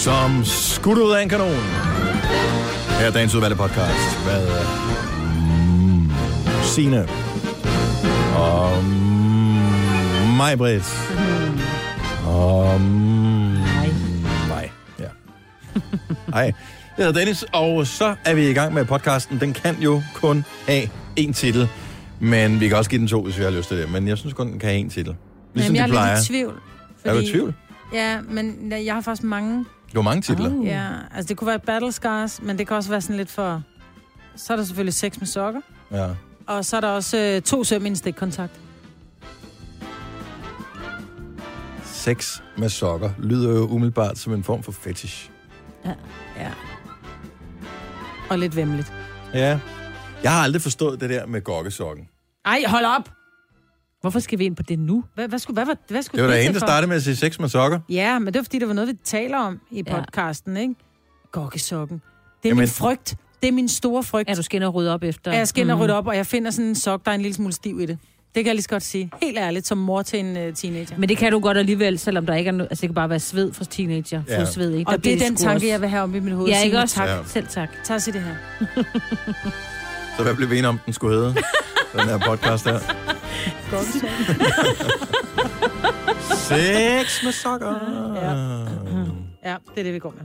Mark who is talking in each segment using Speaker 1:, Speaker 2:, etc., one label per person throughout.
Speaker 1: Som skudt ud af en kanon. Her er dagens udvalgte podcast. Hvad Signe og Maj-Britt og mig. Ja. Hej, jeg hedder Dennis, og så er vi i gang med podcasten. Den kan jo kun have én titel, men vi kan også give den 2, hvis vi har lyst til det. Men jeg synes kun, den kan have én titel. Ligesom
Speaker 2: jeg
Speaker 1: de plejer.
Speaker 2: Er lidt i tvivl.
Speaker 1: Er du i tvivl?
Speaker 2: Ja, men jeg har faktisk mange.
Speaker 1: Du har mange titler.
Speaker 2: Ja, altså det kunne være Battle Scars, men det kan også være sådan lidt for... Så er der selvfølgelig sex med sokker.
Speaker 1: Ja.
Speaker 2: Og så er der også 2 søm i en stikkontakt.
Speaker 1: Sex med sokker lyder jo umiddelbart som en form for fetish.
Speaker 2: Ja. Og lidt væmmeligt.
Speaker 1: Ja. Jeg har aldrig forstået det der med gokkesokken.
Speaker 2: Ej, hold op!
Speaker 3: Hvorfor skal vi ind på det nu?
Speaker 2: Hvad skulle
Speaker 1: det var da en, der startede med at sige sex med sokker.
Speaker 2: Ja, men det var fordi, der var noget, vi taler om i podcasten, ikke? Gokkesokken. Det er min frygt. Det er min store frygt.
Speaker 3: Ja, du skal ind og rydde op efter.
Speaker 2: Ja, jeg skal ind og rydde op, og jeg finder sådan en sok, der er en lille smule stiv i det. Det kan jeg lige så godt sige. Helt ærligt, som mor til en teenager.
Speaker 3: Men det kan du godt alligevel, selvom der ikke er noget... Altså, det kan bare være sved for teenager.
Speaker 1: Ja.
Speaker 3: Sved, ikke?
Speaker 2: Og det er den tanke, jeg vil have om i mit hoved.
Speaker 3: Ja, ikke også?
Speaker 2: Tak.
Speaker 1: Ja.
Speaker 3: Selv tak.
Speaker 2: Tag og sig det her.
Speaker 1: Så hvad blev vi enige om, den skulle hedde? Den her podcast her. Sex med sokker.
Speaker 2: Ja, det er det, vi går med.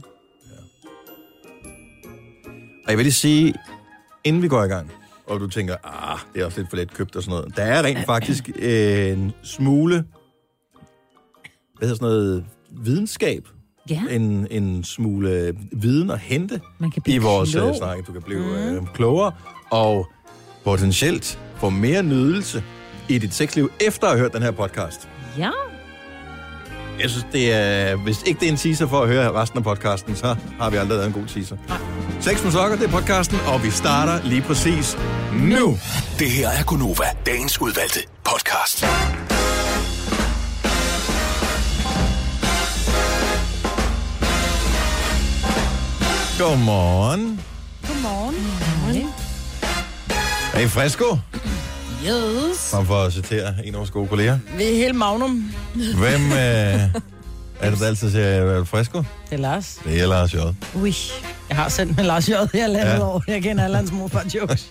Speaker 1: Og jeg vil lige sige, inden vi går i gang, og du tænker, det er også lidt for let købt og sådan noget. Der er rent faktisk en smule, hvad hedder sådan noget, videnskab.
Speaker 3: Ja.
Speaker 1: En smule viden at hente
Speaker 3: i
Speaker 1: vores snak. Du kan blive klogere og potentielt få mere nydelse i dit sexliv, efter at have hørt den her podcast.
Speaker 3: Ja.
Speaker 1: Jeg synes, det er... Hvis ikke det er en teaser for at høre resten af podcasten, så har vi aldrig lavet en god teaser. Sex med sokker, det er podcasten, og vi starter lige præcis nu.
Speaker 4: Det her er Gonova, dagens udvalgte podcast.
Speaker 1: Godmorgen.
Speaker 2: Godmorgen.
Speaker 1: Er I frisko?
Speaker 2: Yes.
Speaker 1: Frem for at citere en af vores gode kolleger.
Speaker 2: Vi er helt magnum.
Speaker 1: Hvem er det, der altid siger frisko?
Speaker 2: Det er Lars.
Speaker 1: Det er Lars J.
Speaker 2: Ui, jeg har sendt med Lars J. her landet over. Jeg kender alle hans morfar jokes.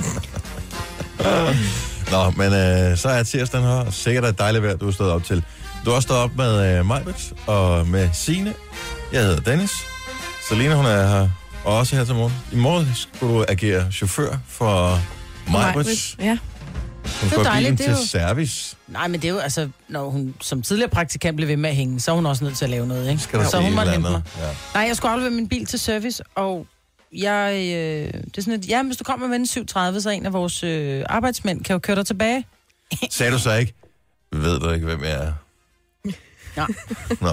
Speaker 1: Nå, men så er tirsdagen her, og sikkert er det dejligt vejr, du har stået op til. Du har også stået op med Maj-Britt og med Signe. Jeg hedder Dennis. Selina, hun er her, og også her til morgen. I morgen skulle du agere chauffør for Maj-Britt.
Speaker 2: Ja.
Speaker 1: Hun får bilen til service.
Speaker 2: Nej, men det er jo, altså, når hun som tidligere praktikant blev ved med at hænge, så er hun også nødt til at lave noget, ikke?
Speaker 1: Skal der
Speaker 2: så hun måtte hente mig.
Speaker 1: Ja.
Speaker 2: Nej, jeg skulle aflevere min bil til service, og jeg, det er sådan, at hvis du kommer med en 730, så en af vores arbejdsmænd kan jo køre dig tilbage.
Speaker 1: Sagde du så ikke, ved du ikke, hvem jeg er?
Speaker 2: Ja.
Speaker 1: Nå.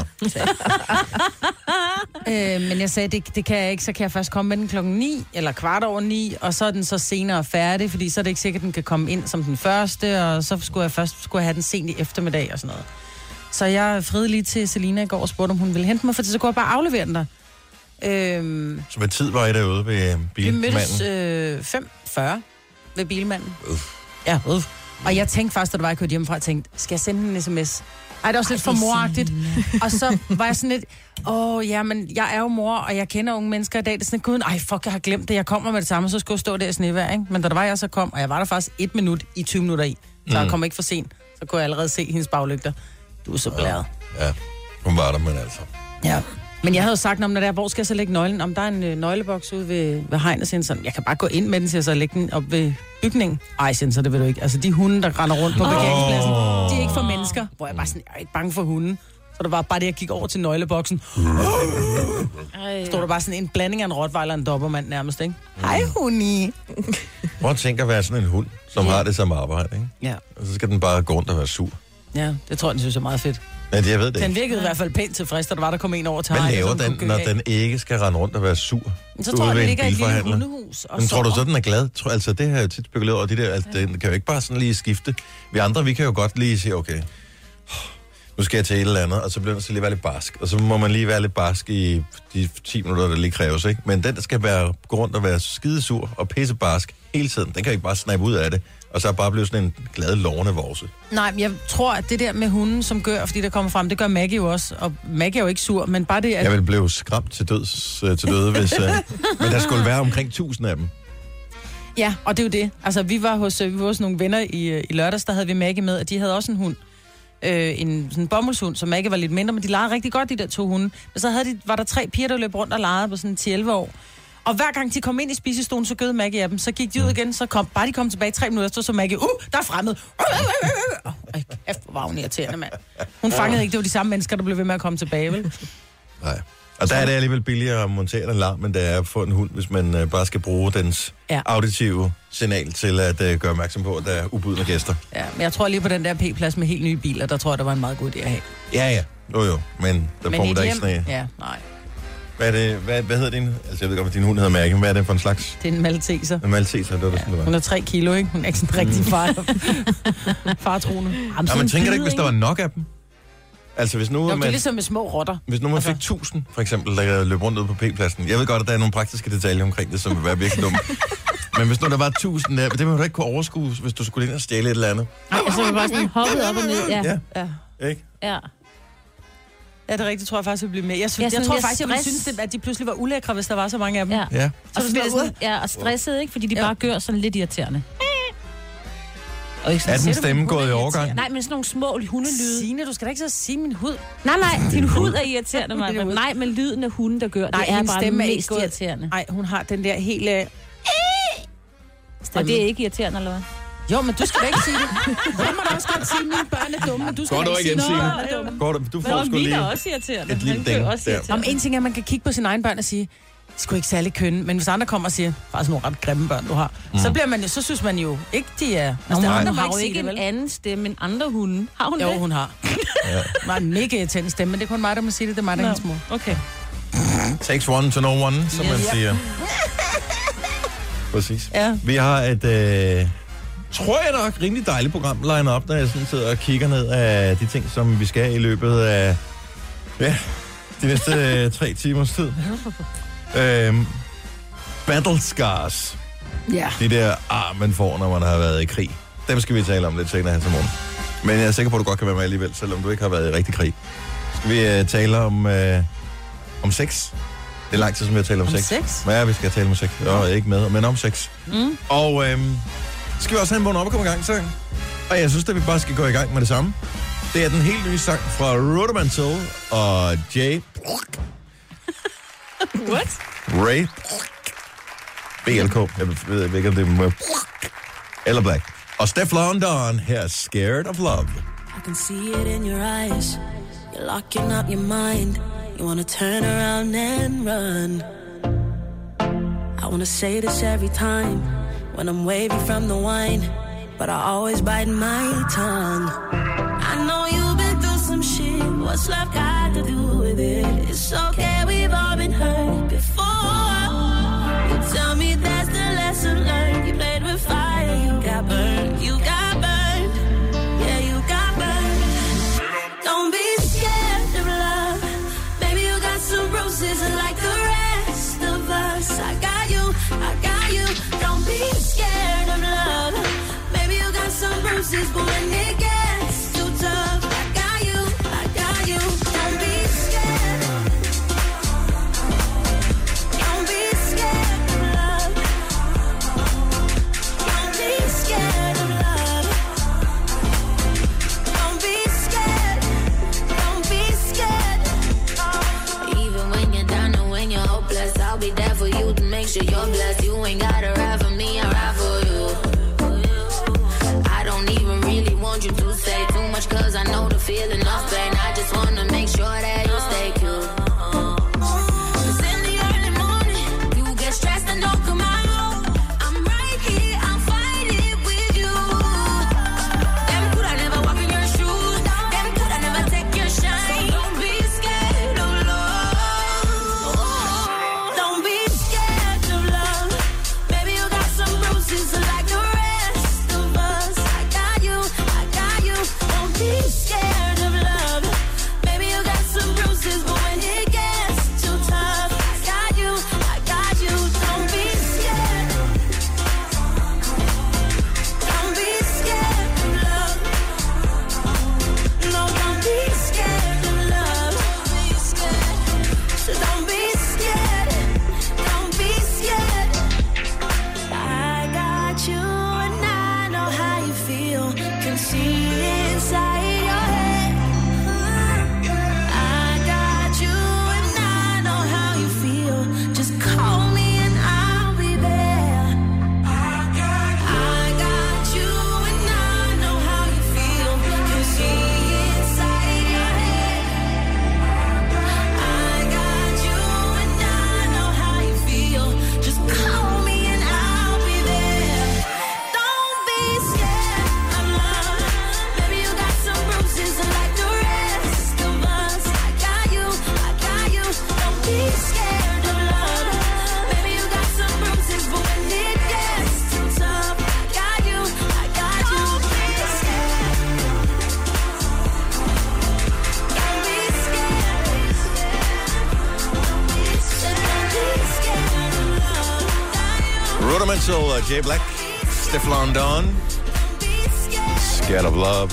Speaker 2: Men jeg sagde, det kan jeg ikke, så kan jeg først komme med den 9:00, eller 9:15, og så er den så senere færdig, fordi så er det ikke sikkert, at den kan komme ind som den første, og så skulle jeg have den sent i eftermiddag og sådan noget. Så jeg friede lige til Selina i går og spurgte, om hun ville hente mig, for så kunne jeg bare aflevere den der.
Speaker 1: Så hvad tid var I derude ved bilmanden?
Speaker 2: Vi mødtes 5:40 ved bilmanden. Ja, Og jeg tænkte først, da jeg kørte hjemmefra, jeg tænkte, skal jeg sende en sms? Ej, det er også lidt for moragtigt. Og så var jeg sådan lidt, men jeg er jo mor, og jeg kender unge mennesker i dag. Det er sådan, gud, jeg har glemt det. Jeg kommer med det samme, så skulle jeg stå der i snevejr, ikke? Men da der var, jeg så kom, og jeg var der faktisk 1 minut i 20 minutter i. Så jeg kom ikke for sent. Så kunne jeg allerede se hendes baglygter. Du er så blæret.
Speaker 1: Ja, hun var der, men altså.
Speaker 2: Ja. Men jeg havde jo sagt om, hvor skal jeg så lægge nøglen? Om der er en nøgleboks ude ved hegnet, siger sådan, jeg kan bare gå ind med den, siger så lægge den op ved bygningen. Ej, siger så det vil du ikke. Altså de hunde, der render rundt på parkeringspladsen, de er ikke for mennesker. Hvor jeg bare sådan, jeg er ikke bange for hunden. Så der var bare det, jeg gik over til nøgleboksen. Stod der bare sådan en blanding af en rottweiler og en dobermand nærmest, ikke? Hej, hundi.
Speaker 1: Prøv at tænke at være sådan en hund, som har det som arbejde, ikke?
Speaker 2: Ja.
Speaker 1: Og så skal den bare gå rundt og være sur.
Speaker 2: Ja, det tror jeg, den synes er meget fedt.
Speaker 1: Men jeg ved det
Speaker 2: Den virkede i hvert fald pænt tilfreds, da der kom en over til
Speaker 1: hegnet. Hvad laver den, når den ikke skal rende rundt og være sur?
Speaker 2: Så tror jeg, den ligger i et lille hundehus.
Speaker 1: Men tror du så, den er glad? Altså, det har jeg jo tit spekuleret over. Den kan jo ikke bare sådan lige skifte. Vi andre, vi kan jo godt lige sige, okay, nu skal jeg til et eller andet, og så bliver den så lige være lidt barsk. Og så må man lige være lidt barsk i de 10 minutter, der lige kræves, ikke? Men den, der skal gå rundt og være skidesur og pissebarsk hele tiden, den kan jo ikke bare snappe ud af det. Og så er bare blevet sådan en glad lornevorse.
Speaker 2: Nej, men jeg tror, at det der med hunden, som gør, fordi der kommer frem, det gør Maggie jo også. Og Maggie er jo ikke sur, men bare det, at...
Speaker 1: Jeg ville blive skræmt til døde, hvis... men der skulle være omkring 1000 af dem.
Speaker 2: Ja, og det er jo det. Altså, vi var hos nogle venner i lørdags, der havde vi Maggie med, og de havde også en hund. En sådan bomuldshund, så Maggie var lidt mindre, men de legede rigtig godt, de der 2 hunde. Men så var der 3 piger, der løb rundt og legede på sådan 10-11 år. Og hver gang de kom ind i spisestuen, så gød Maggie af dem. Så gik de ud igen, bare de kom tilbage 3 minutter, så Maggie, der er fremmed. Kæft, hvor var hun irriterende, mand. Hun fangede ikke, det var de samme mennesker, der blev ved med at komme tilbage, vel?
Speaker 1: Nej. Og der er det alligevel billigere at montere en larm, men det er at få en hund, hvis man bare skal bruge dens auditive signal til at gøre opmærksom på, at der er ubudne gæster.
Speaker 2: Ja, men jeg tror lige på den der P-plads med helt nye biler, der tror jeg, der var en meget god idé at have.
Speaker 1: Ja. Jo. Men der får man da ikke sådan.
Speaker 2: Ja, nej.
Speaker 1: Hvad hedder din... Altså, jeg ved godt, at din hund hedder Mærke. Hvad er det for en slags?
Speaker 2: Det er en malteser.
Speaker 1: En malteser, det var det sådan, det var.
Speaker 2: Hun er 3 kilo, ikke? Hun er ikke sådan rigtig fartrone.
Speaker 1: Ja, man tænker ikke, hvis der var nok af dem. Altså, hvis nu...
Speaker 2: Det er ligesom med små rotter.
Speaker 1: Hvis nu man fik 1000, for eksempel, der løb rundt ude på P-pladsen. Jeg ved godt, at der er nogle praktiske detaljer omkring det, som vil være virkelig dumme. Men hvis nu der var 1000 der, det ville du ikke kunne overskue, hvis du skulle ind og stjæle et eller andet.
Speaker 3: Nej, altså, det var bare sådan hoppet op og ned.
Speaker 1: Ja. Ikke?
Speaker 3: Ja.
Speaker 2: Ja, det er rigtigt, tror jeg faktisk, det bliver mere. Jeg tror faktisk, jeg ville synes, at de pludselig var ulækre, hvis der var så mange af dem.
Speaker 1: Ja.
Speaker 3: Og så bliver det sådan, og stresset, ikke? Fordi de bare gør sådan lidt irriterende.
Speaker 1: Og ikke sådan, er den stemme gået i overgang?
Speaker 3: Nej, men sådan nogle små hundelyde.
Speaker 2: Signe, du skal da ikke så sige min hud.
Speaker 3: Nej, din hud er irriterende, mig. Nej, men lyden af hunden, der gør, det er bare mest irriterende.
Speaker 2: Nej, hun har den der hele...
Speaker 3: Og det er ikke irriterende, eller hvad?
Speaker 2: Jo, men du skal da ikke sige det. Jeg må da også godt sige, at mine børn er dumme, men du skal ikke sige noget.
Speaker 1: Går du får sgu lige
Speaker 3: også irriterende.
Speaker 1: et lille ding der.
Speaker 2: Om en ting er, at man kan kigge på sine egne børn og sige, sgu ikke særlig kønne, men hvis andre kommer og siger, faktisk nogle ret grimme børn, du har, så bliver man jo, så synes man jo ikke, de er...
Speaker 3: Altså, hun har jo ikke en anden stemme end andre hunde. Har hun det?
Speaker 2: Jo, hun har. Hun har en mega irriterende stemme, men det er kun mig, der må sige det er mig, der er hendes mor.
Speaker 3: Okay.
Speaker 1: Takes one to know one, som man siger. Præcis.
Speaker 2: Ja.
Speaker 1: Vi har et... tror jeg nok, rimelig dejligt program line op, når jeg sådan sidder og kigger ned af de ting, som vi skal i løbet af de næste 3 timers tid. Battle scars.
Speaker 2: Ja.
Speaker 1: De der man får, når man har været i krig. Dem skal vi tale om lidt senere her til morgen. Men jeg er sikker på, at du godt kan være med alligevel, selvom du ikke har været i rigtig krig. Skal vi tale om sex? Det er lang tid, som vi har talt om sex.
Speaker 2: Sex?
Speaker 1: Ja, vi skal tale om sex. Ikke med, men om sex. Og skal vi også have en vågen op og komme i gang, så? Og jeg synes, at vi bare skal gå i gang med det samme. Det er den helt nye sang fra Rudimental og Jay...
Speaker 3: What?
Speaker 1: Ray... BLK. Jeg ved ikke, om det er... eller Black. Og Steph London her, Scared of Love.
Speaker 5: I can see it in your eyes. You're locking up your mind. You wanna turn around and run. I wanna say this every time when I'm wavy from the wine, but I always bite my tongue. I know you've been through some shit. What's love got to do with it? It's okay, we've all been hurt before. You tell me that's the lesson learned. You played with fire, you got burned. You got burned, yeah, you got burned. Don't be scared of love. Baby, you got some bruises like the rest of us. I got you. Don't be scared of love. Maybe you got some bruises, but when it gets too tough, I got you. Don't be scared. Don't be scared of love. Don't be scared of love. Don't be scared. Don't be scared. Even when you're down and when you're hopeless, I'll be there for you to make sure you're blessed. You ain't gotta ride for me, I ride for you. I don't even really want you to say too much, cause I know the feeling of pain. I just wanna make sure that you stay cute. Cause in the early morning, you get stressed and don't come out. I'm right here, I'll fight it with you. Damn, could I never walk in your shoes? Damn, could I never take your shine? So don't be scared of love. Don't be scared of love. Baby, you got some bruises like the rest of us. I got you. Don't be scared of love. Baby, you got
Speaker 1: Axel og Jay Black. Stefflon Don. Scared of Love.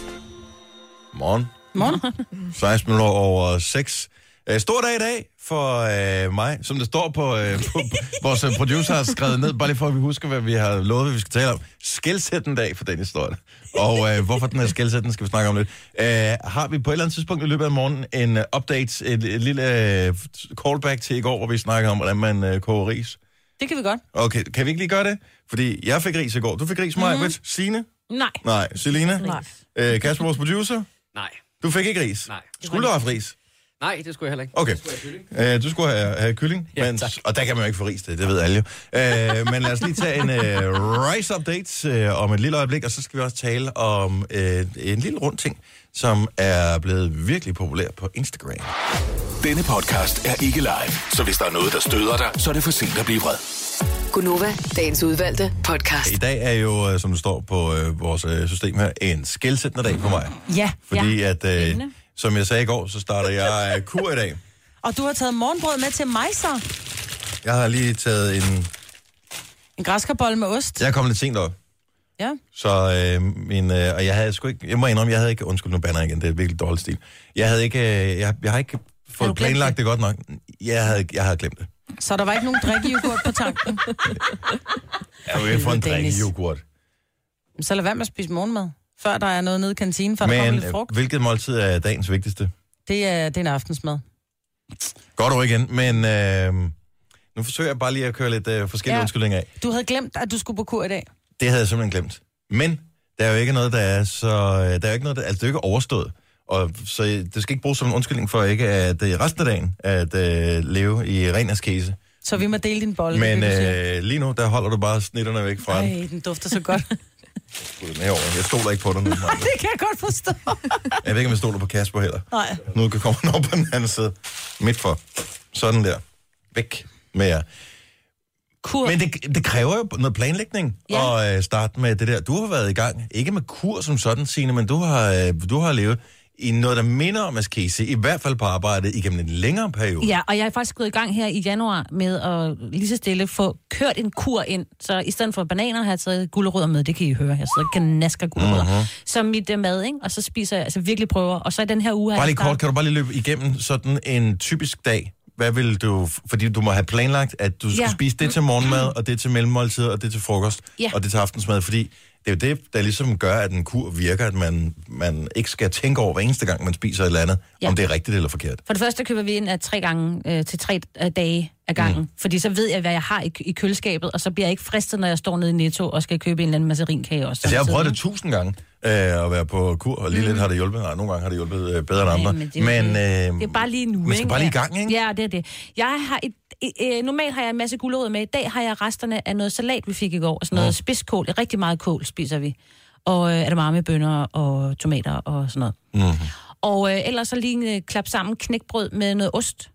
Speaker 1: Morgen. 16 minutter over 6. Stor dag i dag for mig, som det står på vores producer har skrevet ned, bare lige for at vi husker, hvad vi har lovet, vi skal tale om. Skelsættende dag for den historie. Og hvorfor den er skelsættende, skal vi snakke om lidt. Har vi på et eller andet tidspunkt i løbet af morgenen en update, et lille callback til i går, hvor vi snakker om, hvordan man koger ris?
Speaker 2: Det kan vi godt.
Speaker 1: Okay, kan vi ikke lige gøre det? Fordi jeg fik ris i går. Du fik ris, Maja, Signe?
Speaker 3: Nej.
Speaker 1: Nej. Selina?
Speaker 3: Nej.
Speaker 1: Kasper, vores producer?
Speaker 6: Nej.
Speaker 1: Du fik ikke ris?
Speaker 6: Nej.
Speaker 1: Skulle du have haft ris?
Speaker 6: Nej, det skulle jeg heller ikke.
Speaker 1: Okay. Du skulle have kylling.
Speaker 6: Ja,
Speaker 1: men, og der kan man jo ikke få ris, det ved alle jo. Men lad os lige tage en rice-update om et lille øjeblik, og så skal vi også tale om en lille rund ting, som er blevet virkelig populær på Instagram.
Speaker 4: Denne podcast er ikke live, så hvis der er noget, der støder dig, så er det for sent at blive vred.
Speaker 7: Gunova, dagens udvalgte podcast.
Speaker 1: I dag er jo, som det står på vores system her, en skelsættende dag for mig.
Speaker 2: Ja.
Speaker 1: Fordi at, som jeg sagde i går, så starter jeg kur i dag.
Speaker 2: Og du har taget morgenbrød med til mig, så?
Speaker 1: Jeg har lige taget
Speaker 2: En græskarbolle med ost?
Speaker 1: Jeg er kommet lidt sent op.
Speaker 2: Ja.
Speaker 1: Så og jeg havde sgu ikke, jeg må indrømme, jeg havde ikke, undskyld nu banner igen, det er virkelig dårlig stil. Jeg havde ikke, jeg har ikke fået planlagt det godt nok. Jeg havde glemt det.
Speaker 2: Så der var ikke nogen drikkejoghurt på tanken?
Speaker 1: Jeg vil ikke få en drikkejoghurt.
Speaker 2: Så lad være med at spise morgenmad, før der er noget nede i kantinen, før der kommer lidt frugt.
Speaker 1: Hvilket måltid er dagens vigtigste?
Speaker 2: Det er en aftensmad.
Speaker 1: Godt over igen, men nu forsøger jeg bare lige at køre lidt forskellige undskyldninger af.
Speaker 2: Du havde glemt, at du skulle på kur i dag.
Speaker 1: Det havde jeg simpelthen glemt. Men der er jo ikke noget, der er så... Der er jo ikke noget, altså det er jo ikke overstået. Og så det skal ikke bruges som en undskyldning for ikke at resten af dagen at leve i ren askese.
Speaker 2: Så vi må dele din bolle.
Speaker 1: Men lige nu, der holder du bare snitterne væk fra den.
Speaker 2: Ej, den dufter så godt.
Speaker 1: Jeg stoler ikke på dig nu.
Speaker 2: Nej, det kan jeg godt forstå.
Speaker 1: Jeg ved ikke, om jeg stoler på Kasper heller.
Speaker 2: Nej.
Speaker 1: Nu kan komme op på den anden side. Midt for. Sådan der. Væk med jer.
Speaker 2: Kur.
Speaker 1: Men det kræver jo noget planlægning at starte med det der. Du har været i gang, ikke med kur som sådan, Signe, men du har levet i noget, der minder om askese, i hvert fald på arbejdet, igennem en længere periode.
Speaker 3: Ja, og jeg er faktisk gået i gang her i januar med at lige så stille få kørt en kur ind. Så i stedet for bananer har jeg taget gulerødder med, det kan I høre. Jeg sidder og kanasker gulerødder. Som mit mad, ikke? Og så spiser jeg, altså virkelig prøver. Og så i den her uge har
Speaker 1: bare lige kort, kan du bare lige løbe igennem sådan en typisk dag? Hvad vil du, fordi du må have planlagt, at du skal spise det til morgenmad, og det til mellemmåltid, og det til frokost, og det til aftensmad, fordi det er jo det, der ligesom gør, at en kur virker, at man ikke skal tænke over hver eneste gang, man spiser et eller andet, om det er rigtigt eller forkert.
Speaker 3: For det første køber vi ind af 3 gange til 3 dage af gangen, fordi så ved jeg, hvad jeg har i køleskabet, og så bliver jeg ikke fristet, når jeg står nede i Netto og skal købe en eller anden masserinkage også.
Speaker 1: Altså, jeg har prøvet det 1000 gange at være på kur, og lige lidt har det hjulpet. Nej, nogle gange har det hjulpet bedre end andre.
Speaker 3: Men det er bare lige nu,
Speaker 1: man skal bare lige i gang, ikke?
Speaker 3: Ja, det er det. Jeg har normalt har jeg en masse gulerødder med. I dag har jeg resterne af noget salat, vi fik i går, og sådan noget spidskål. Rigtig meget kål spiser vi. Og edamamebønner og tomater og sådan noget. Og ellers så lige klap sammen knækbrød med noget ost.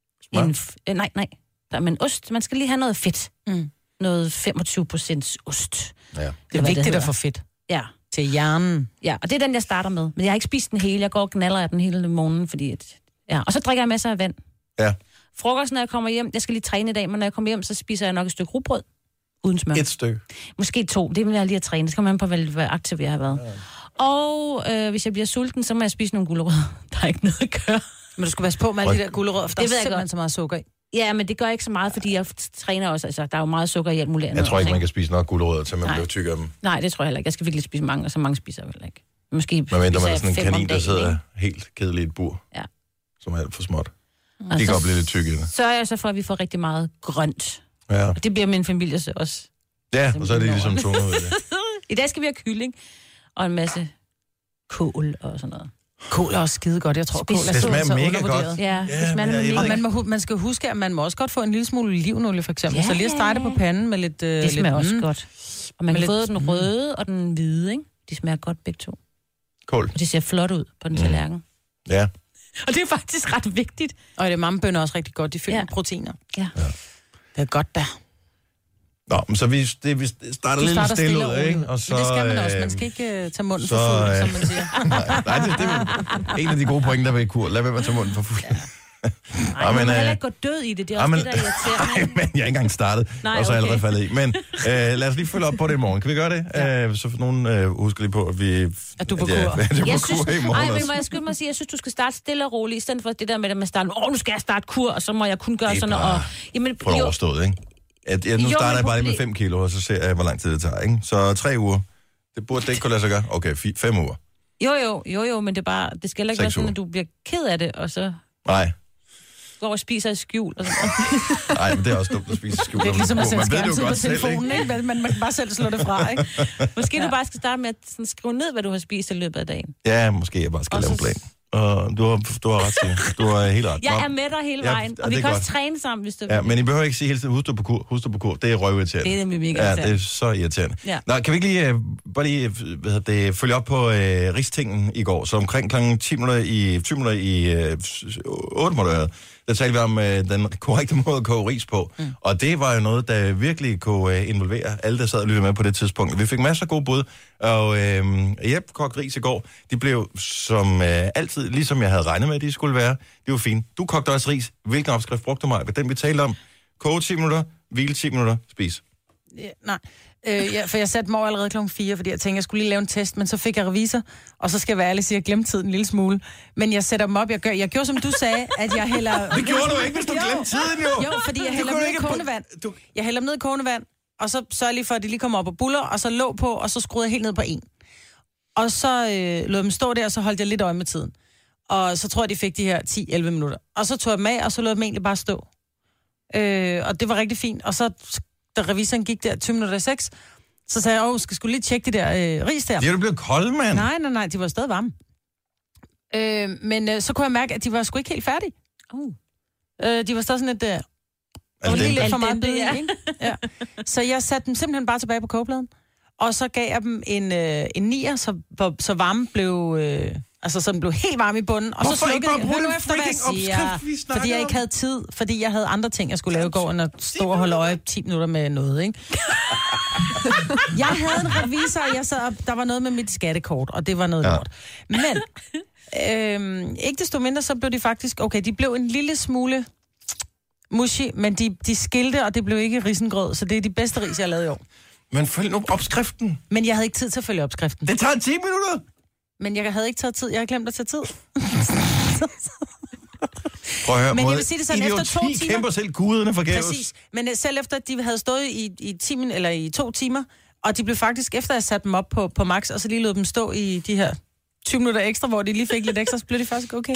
Speaker 3: Nej. Men ost, man skal lige have noget fedt. Noget 25% ost.
Speaker 2: Ja. Det er vigtigt at få fedt.
Speaker 3: Ja.
Speaker 2: Til hjernen.
Speaker 3: Ja, og det er den, jeg starter med. Men jeg har ikke spist den hele. Jeg går og knaller af den hele morgen, fordi... Og så drikker jeg masser af vand.
Speaker 1: Ja.
Speaker 3: Frokost, når jeg kommer hjem, jeg skal lige træne i dag, men når jeg kommer hjem, så spiser jeg nok et stykke rugbrød uden smør.
Speaker 1: Et stykke?
Speaker 3: Måske 2. Det vil jeg lige at træne. Det skal man på, hvor aktiv jeg har været. Ja. Og hvis jeg bliver sulten, så må jeg spise nogle gulerødder. Der er ikke noget at gøre.
Speaker 2: Men du skal passe på med alle de der gulerødder, for der
Speaker 3: det
Speaker 2: er simpelthen så meget sukker i.
Speaker 3: Ja, men det gør ikke så meget, fordi jeg træner også. Altså, der er jo meget sukker i alt muligt andet.
Speaker 1: Jeg tror ikke, man kan spise nok gulerødder, til man bliver tyk af dem.
Speaker 3: Nej, det tror jeg heller ikke. Jeg skal virkelig spise mange, og så mange spiser jeg vel ikke. Måske
Speaker 1: man venter man sådan en kanin, der sidder helt kedelig i et bur, som er alt for småt. De kan godt blive lidt tykke i det.
Speaker 3: Sørger jeg så for, at vi får rigtig meget grønt.
Speaker 1: Ja.
Speaker 3: Og det bliver min familie så også.
Speaker 1: Ja, og så er det ligesom tvunget ud af det.
Speaker 3: I dag skal vi have kylling og en masse kål og sådan noget.
Speaker 2: Kål er også skide godt. Jeg tror, kål er
Speaker 1: det
Speaker 2: så
Speaker 1: mega godt.
Speaker 3: Ja, det smager
Speaker 2: mega. Og man skal huske, at man må også godt få en lille smule olivenolie, for eksempel. Så lige at stege det på panden med lidt...
Speaker 3: Det smager også godt. Og man kan få den røde og den hvide, ikke? De smager godt begge to.
Speaker 1: Kål.
Speaker 3: Og de ser flot ud på den tallerken.
Speaker 1: Ja.
Speaker 3: Og det er faktisk ret vigtigt.
Speaker 2: Og det mammebønner også rigtig godt. De fylder med proteiner.
Speaker 3: Ja.
Speaker 2: Det er godt der.
Speaker 1: Nå, men så vi starter lidt stille ud, ikke? Og så,
Speaker 2: men det skal man også. Man skal ikke tage munden for fuld, som man siger.
Speaker 1: Nej, det er en af de gode pointer ved kur. Lad være med at tage munden for fuld.
Speaker 3: Nej, man må heller ikke gå død i det. Det er også det, der irriterer mig.
Speaker 1: Men jeg er ikke engang startet, og så er jeg allerede faldet i. Men lad os lige følge op på det i morgen. Kan vi gøre det? Ja. Så for nogen husker lige på, at vi...
Speaker 2: At du er på kur.
Speaker 3: Jeg synes, jeg skylder mig at sige, jeg synes, du skal starte stille og roligt, i stedet for det der med, at man starter, nu skal jeg starte kur, og så må jeg kun gøre sådan noget. Jamen,
Speaker 1: for overstået, ikke? Nu starter jeg bare lige med 5 kilo, og så ser jeg, hvor lang tid det tager, ikke? Så 3 uger. Det burde det ikke kunne lade sig gøre. Okay, 5 uger.
Speaker 3: Jo, men det er bare, det skal heller ikke være sådan, at du bliver ked af det, og så...
Speaker 1: Nej.
Speaker 3: Går og spiser i skjul. Og
Speaker 1: Nej, men det er også dumt at spise i skjul.
Speaker 2: Det er ligesom at sætte skærmtid på telefonen, ikke? Men man kan bare selv slå det fra, ikke?
Speaker 3: Måske du bare skal starte med at sådan skrive ned, hvad du har spist i løbet af dagen.
Speaker 1: Ja, måske jeg bare skal lave en plan. Du har ret til. Du har helt ret.
Speaker 3: Jeg er med dig hele vejen, og vi kan også træne sammen, hvis du vil.
Speaker 1: Ja, men I behøver ikke sige hele tiden, husk du på kur. Det er røvirriterende.
Speaker 3: Det er nemlig mega
Speaker 1: irriterende. Ja, det er så irriterende. Ja. Nå, kan vi ikke lige følge op på Rigstingen i går? Så omkring kl. 20 minutter i 8 minutter, der talte vi om den korrekte måde at koge ris på. Og det var jo noget, der virkelig kunne involvere alle, der sad og lyttede med på det tidspunkt. Vi fik masser af gode bud, og kogte ris i går. De blev som altid, ligesom jeg havde regnet med, at de skulle være. Det var fint. Du kogte også ris. Hvilken opskrift brugte du mig? Den vi talte om. Koge 10 minutter, hvile 10 minutter, spis.
Speaker 2: Ja, nej. For jeg satte mig over allerede klokken 4, fordi jeg tænkte, jeg skulle lige lave en test, men så fik jeg revisor, og så skal jeg være ærlig og sige, at jeg glemte tiden en lille smule. Men jeg sætter dem op, jeg gjorde som du sagde, at jeg hælder...
Speaker 1: Det gjorde du ikke, hvis du glemte tiden, jo!
Speaker 2: Jo, fordi jeg hælder dem ned i kogende vand. Jeg hælder dem ned i kogende vand, og så sørger jeg lige for, at de lige kommer op og buller, og så lå på, og så skruede jeg helt ned på 1. Og så lod dem stå der, og så holdt jeg lidt øje med tiden. Og så tror jeg, de fik de her 10-11 minutter. Og så tog jeg dem af, og så lod jeg dem egentlig bare stå. Og det var rigtig fint. Og så, da revisoren gik der 20 minutter i 6, så sagde jeg, skal sgu lige tjekke de der ris der.
Speaker 1: De er jo blevet kolde, mand.
Speaker 2: Nej, de var stadig varme. Men så kunne jeg mærke, at de var sgu ikke helt færdige. De var stadig sådan lidt... lige lidt for meget bid, ikke? Ja. Så jeg satte dem simpelthen bare tilbage på kogepladen. Og så gav jeg dem en 9'er, så varmen blev... så den blev helt varm i bunden. Og så slukkede jeg. Hør nu efter, hvad jeg siger. Fordi jeg ikke havde tid. Fordi jeg havde andre ting, jeg skulle lave i går, end at stå og holde øje 10 minutter med noget, ikke? Jeg havde en revisor, og jeg sad op, der var noget med mit skattekort, og det var noget lort. Men ikke desto mindre, så blev de faktisk... Okay, de blev en lille smule mushy, men de skilte, og det blev ikke risengrød, så det er de bedste ris, jeg har lavet i år.
Speaker 1: Men følg nu opskriften.
Speaker 2: Men jeg havde ikke tid til at følge opskriften.
Speaker 1: Det tager 10 minutter.
Speaker 2: Men jeg havde ikke taget tid. Jeg havde glemt at tage tid.
Speaker 1: Prøv at høre,
Speaker 2: men jeg vil sige det sådan, efter 2 timer...
Speaker 1: kæmper selv guderne forgæves.
Speaker 2: Præcis. Men selv efter, at de havde stået i 2 timer, og de blev faktisk, efter at jeg satte dem op på max, og så lige lod dem stå i de her 20 minutter ekstra, hvor de lige fik lidt ekstra, så blev de faktisk okay.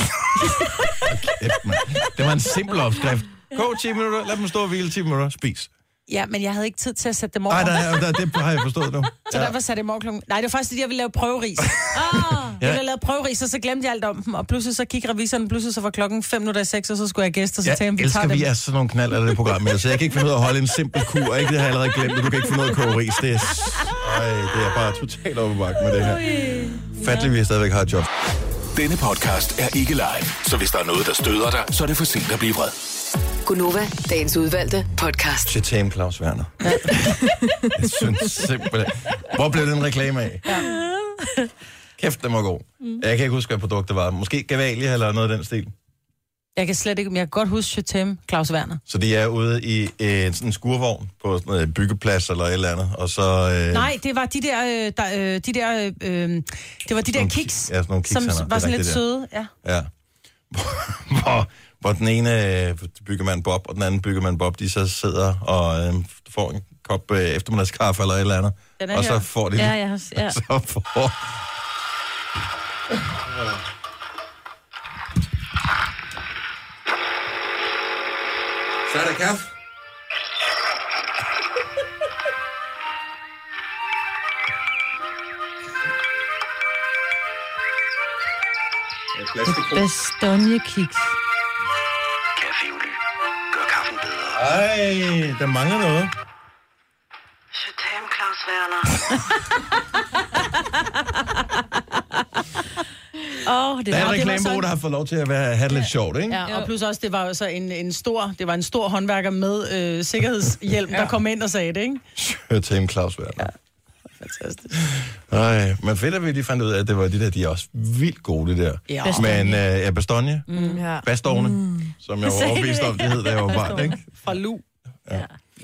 Speaker 1: Det var en simpel opskrift. Kog 10 minutter, lad dem stå og hvile 10 minutter, spis.
Speaker 2: Ja, men jeg havde ikke tid til at sætte dem over.
Speaker 1: Nej, det har jeg forstået nu.
Speaker 2: Så derfor satte jeg dem over klokken... Nej, det var faktisk, fordi jeg ville lave prøveris. Jeg ville lave prøveris, og så glemte jeg alt om dem. Og pludselig så kiggede revisoren, pludselig så var klokken 5:06, og så skulle jeg gæste, og så tænkte jeg,
Speaker 1: vi er sådan nogle knaller af det program med. Så jeg kan ikke finde ud af at holde en simpel kur, ikke? Det har jeg allerede glemt, du kan ikke finde ud af at koge ris. Det er bare totalt overbagt med det her. Fattelig, vi jeg stadigvæk har et job.
Speaker 4: Denne podcast er ikke live, så hvis der er noget, der støder dig, så er det for sent at blive vred.
Speaker 7: Gunova, dagens udvalgte podcast.
Speaker 1: Chetam Claus Werner. Ja. Jeg synes simpelthen... Hvor blev den reklame af? Ja. Kæft, den var god. Jeg kan ikke huske, hvad produkter var. Måske Gavalia eller noget af den stil.
Speaker 2: Jeg kan slet ikke, men jeg kan godt huske Chetam Claus Werner.
Speaker 1: Så de er ude i sådan en skurvogn på sådan en byggeplads eller et eller andet, og så...
Speaker 2: Nej, det var de der kiks,
Speaker 1: ja, som
Speaker 2: var sådan lidt søde.
Speaker 1: Ja. Hvor den ene byggemand Bob, og den anden byggemand Bob, de så sidder og får en kop eftermiddagskaffe eller et eller andet. Og så får de...
Speaker 3: Ja.
Speaker 1: Så får... Så er der kaffe.
Speaker 3: Bastogne-kiks.
Speaker 6: Café-oly. Gør kaffen bedre.
Speaker 1: Ej, der mangler noget.
Speaker 6: Chetam Claus Werner.
Speaker 1: Der er en reklamebureau, der har fået lov til at have det lidt sjovt, ikke?
Speaker 2: Ja, og plus også, det var jo så en stor håndværker med sikkerhedshjelm, der kom ind og sagde det, ikke?
Speaker 1: Chetam Claus Werner. Ja.
Speaker 2: Fantastisk.
Speaker 1: Men fedt, at vi lige fandt ud af, at det var de der, de er også vildt gode, det der.
Speaker 2: Ja.
Speaker 1: Men Bastogne, Bastovne, som jeg var overbevist om, det hed, da jeg var barn, ikke?
Speaker 2: Fra Lu.
Speaker 1: Ja.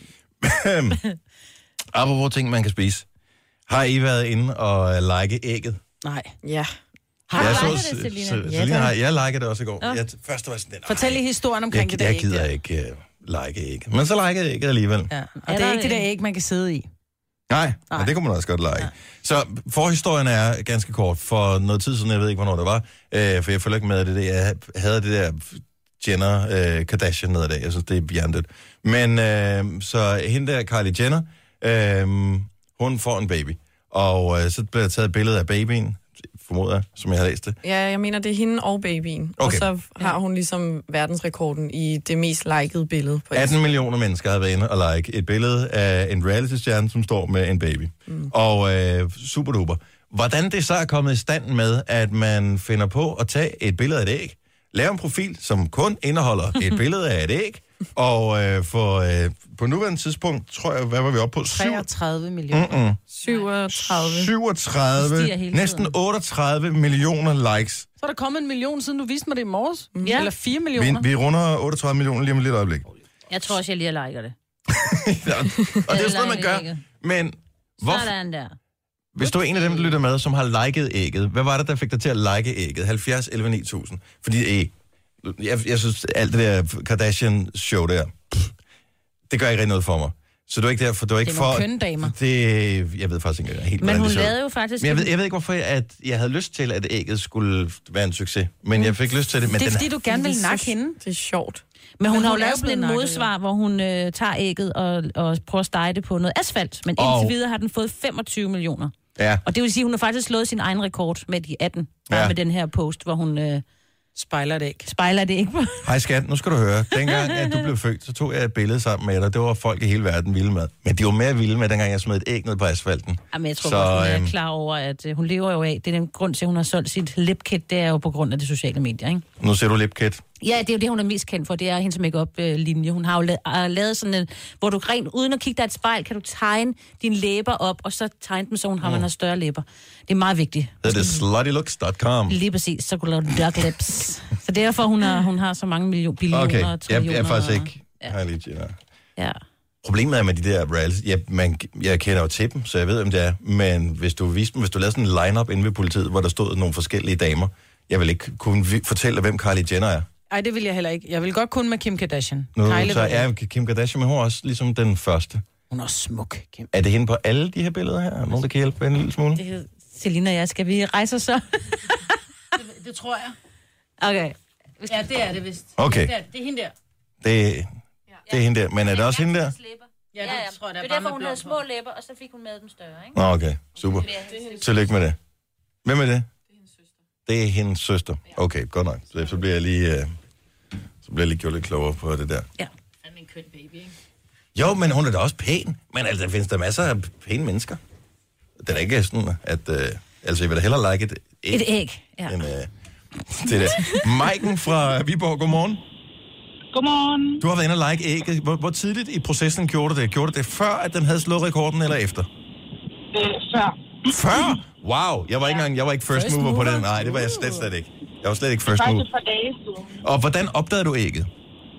Speaker 1: Apropos ting, man kan spise. Har I været inde og like ægget?
Speaker 2: Nej.
Speaker 8: Ja.
Speaker 3: Har du liket det, Selina?
Speaker 1: Selina har, jeg likede det også i går. Først var sådan,
Speaker 2: Fortæl lige historien omkring det der æg.
Speaker 1: Jeg gider ikke like ægget. Men så likede jeg ægget alligevel.
Speaker 2: Ja. Og det er ikke det der æg, man kan sidde i.
Speaker 1: Nej, men det kunne man også godt like. Ja. Så forhistorien er ganske kort. For noget tid siden, jeg ved ikke, hvornår det var, for jeg følger ikke med det. Jeg havde det der Jenner Kardashian noget af det. Jeg synes, det er hjernedødt. Men så hende der, Kylie Jenner, hun får en baby. Og så bliver der taget et billede af babyen, formoder, som jeg har læst det.
Speaker 8: Ja, jeg mener, det er hende og babyen. Okay. Og så har hun ligesom verdensrekorden i det mest likede billede. På
Speaker 1: 18 millioner mennesker har været inde og like et billede af en reality-stjerne, som står med en baby. Og super duper. Hvordan det så er kommet i stand med, at man finder på at tage et billede af et æg, lave en profil, som kun indeholder et billede af et æg, og på nuværende tidspunkt, tror jeg, hvad var vi oppe på?
Speaker 2: 33 millioner.
Speaker 1: 37, næsten 38 millioner likes.
Speaker 2: Så er der kommet 1 million, siden du viste mig det i morges. Ja. Eller 4 millioner.
Speaker 1: Vi runder 38 millioner lige om et lille øjeblik.
Speaker 3: Jeg tror også, jeg lige liker det.
Speaker 1: Ja. Og det er sådan noget, man gør. Men
Speaker 3: sådan der.
Speaker 1: Hvis du er en af dem, der lytter med, som har liket ægget, hvad var det, der fik dig til at like ægget? 70, 11, 9000. Fordi jeg synes, alt det der Kardashian-show der, det gør ikke rigtig noget for mig. Så du er ikke derfor, du er ikke for...
Speaker 2: Det er kønne damer.
Speaker 1: Jeg ved faktisk ikke helt,
Speaker 3: men hun lavede jo faktisk...
Speaker 1: Men jeg ved ikke, hvorfor jeg havde lyst til, at ægget skulle være en succes. Men jeg fik lyst til det. Men
Speaker 2: det er fordi, du gerne vil nakke hende.
Speaker 8: Det er sjovt.
Speaker 3: Men hun har jo lavet sådan en modsvar, hvor hun tager ægget og prøver at stege det på noget asfalt. Men indtil videre har den fået 25 millioner.
Speaker 1: Ja.
Speaker 3: Og det vil sige, at hun har faktisk slået sin egen rekord med de 18. Med den her post, hvor hun...
Speaker 2: Spejler det ikke.
Speaker 3: Spejler det ikke.
Speaker 1: Hej skat, nu skal du høre. Dengang, at du blev født, så tog jeg et billede sammen med dig. Det var folk i hele verden vilde med. Men de var mere vilde med, dengang jeg smed et æg ned på asfalten.
Speaker 3: Jamen, jeg tror godt, hun er klar over, at hun lever jo af. Det er den grund til, at hun har solgt sit lipkit. Det er jo på grund af de sociale medier, ikke?
Speaker 1: Nu ser du lipkit.
Speaker 3: Ja, det er jo det, hun er mest kendt for. Det er hendes make-up-linje. Hun har jo lavet sådan en, hvor du rent uden at kigge dig et spejl, kan du tegne dine læber op, og så tegne dem, så man har større læber. Det er meget vigtigt.
Speaker 1: Det er sluttylooks.com.
Speaker 3: Lige præcis, så kunne du lave duck lips. Så derfor hun har så mange billioner og trillioner.
Speaker 1: Okay, jeg er faktisk ikke Kylie Jenner.
Speaker 3: Ja.
Speaker 1: Problemet er med de der reality, jeg kender jo til dem, så jeg ved, om det er, men hvis du lavede sådan en line-up inde ved politiet, hvor der stod nogle forskellige damer, jeg vil ikke kunne fortælle, hvem Kylie Jenner er.
Speaker 2: Nej, det vil jeg heller ikke. Jeg vil godt kunne med Kim Kardashian.
Speaker 1: Nu, så er Kim Kardashian, men hun er også ligesom den første.
Speaker 2: Hun er smuk, Kim.
Speaker 1: Er det hende på alle de her billeder her? Nogen, der kan hjælpe en lille smule?
Speaker 3: Selina og jeg, skal vi rejse os så?
Speaker 2: det tror jeg.
Speaker 3: Okay.
Speaker 2: Ja, det er det vist.
Speaker 1: Okay.
Speaker 2: Det er hende der.
Speaker 1: Det er hende der. Men er det også hende der?
Speaker 3: Ja, det tror jeg, det er derfor, hun havde små læber, og så fik hun med dem større, ikke?
Speaker 1: Nå, okay. Super. Tillykke med det. Hvem er det? Det er hendes søster. Okay, godt nok. Så bliver jeg lige gjort lidt klogere på det der.
Speaker 3: Ja.
Speaker 2: Fandme en køn baby, ikke?
Speaker 1: Jo, men hun er da også pæn. Men altså, der findes der masser af pæne mennesker. Det er da ikke sådan, at... altså, jeg vil da hellere like
Speaker 3: et æg, ja.
Speaker 1: End, det der. Maiken fra Viborg, godmorgen.
Speaker 9: Godmorgen.
Speaker 1: Du har været inde og like ægget. Hvor tidligt i processen gjorde du det? Gjorde du det før, at den havde slået rekorden, eller efter?
Speaker 9: Før.
Speaker 1: Før? Wow, jeg var ikke first mover på den. Nej, det var jeg slet ikke. Jeg var slet ikke first mover.
Speaker 9: Det var faktisk et par dage siden.
Speaker 1: Og hvordan opdagede du ægget?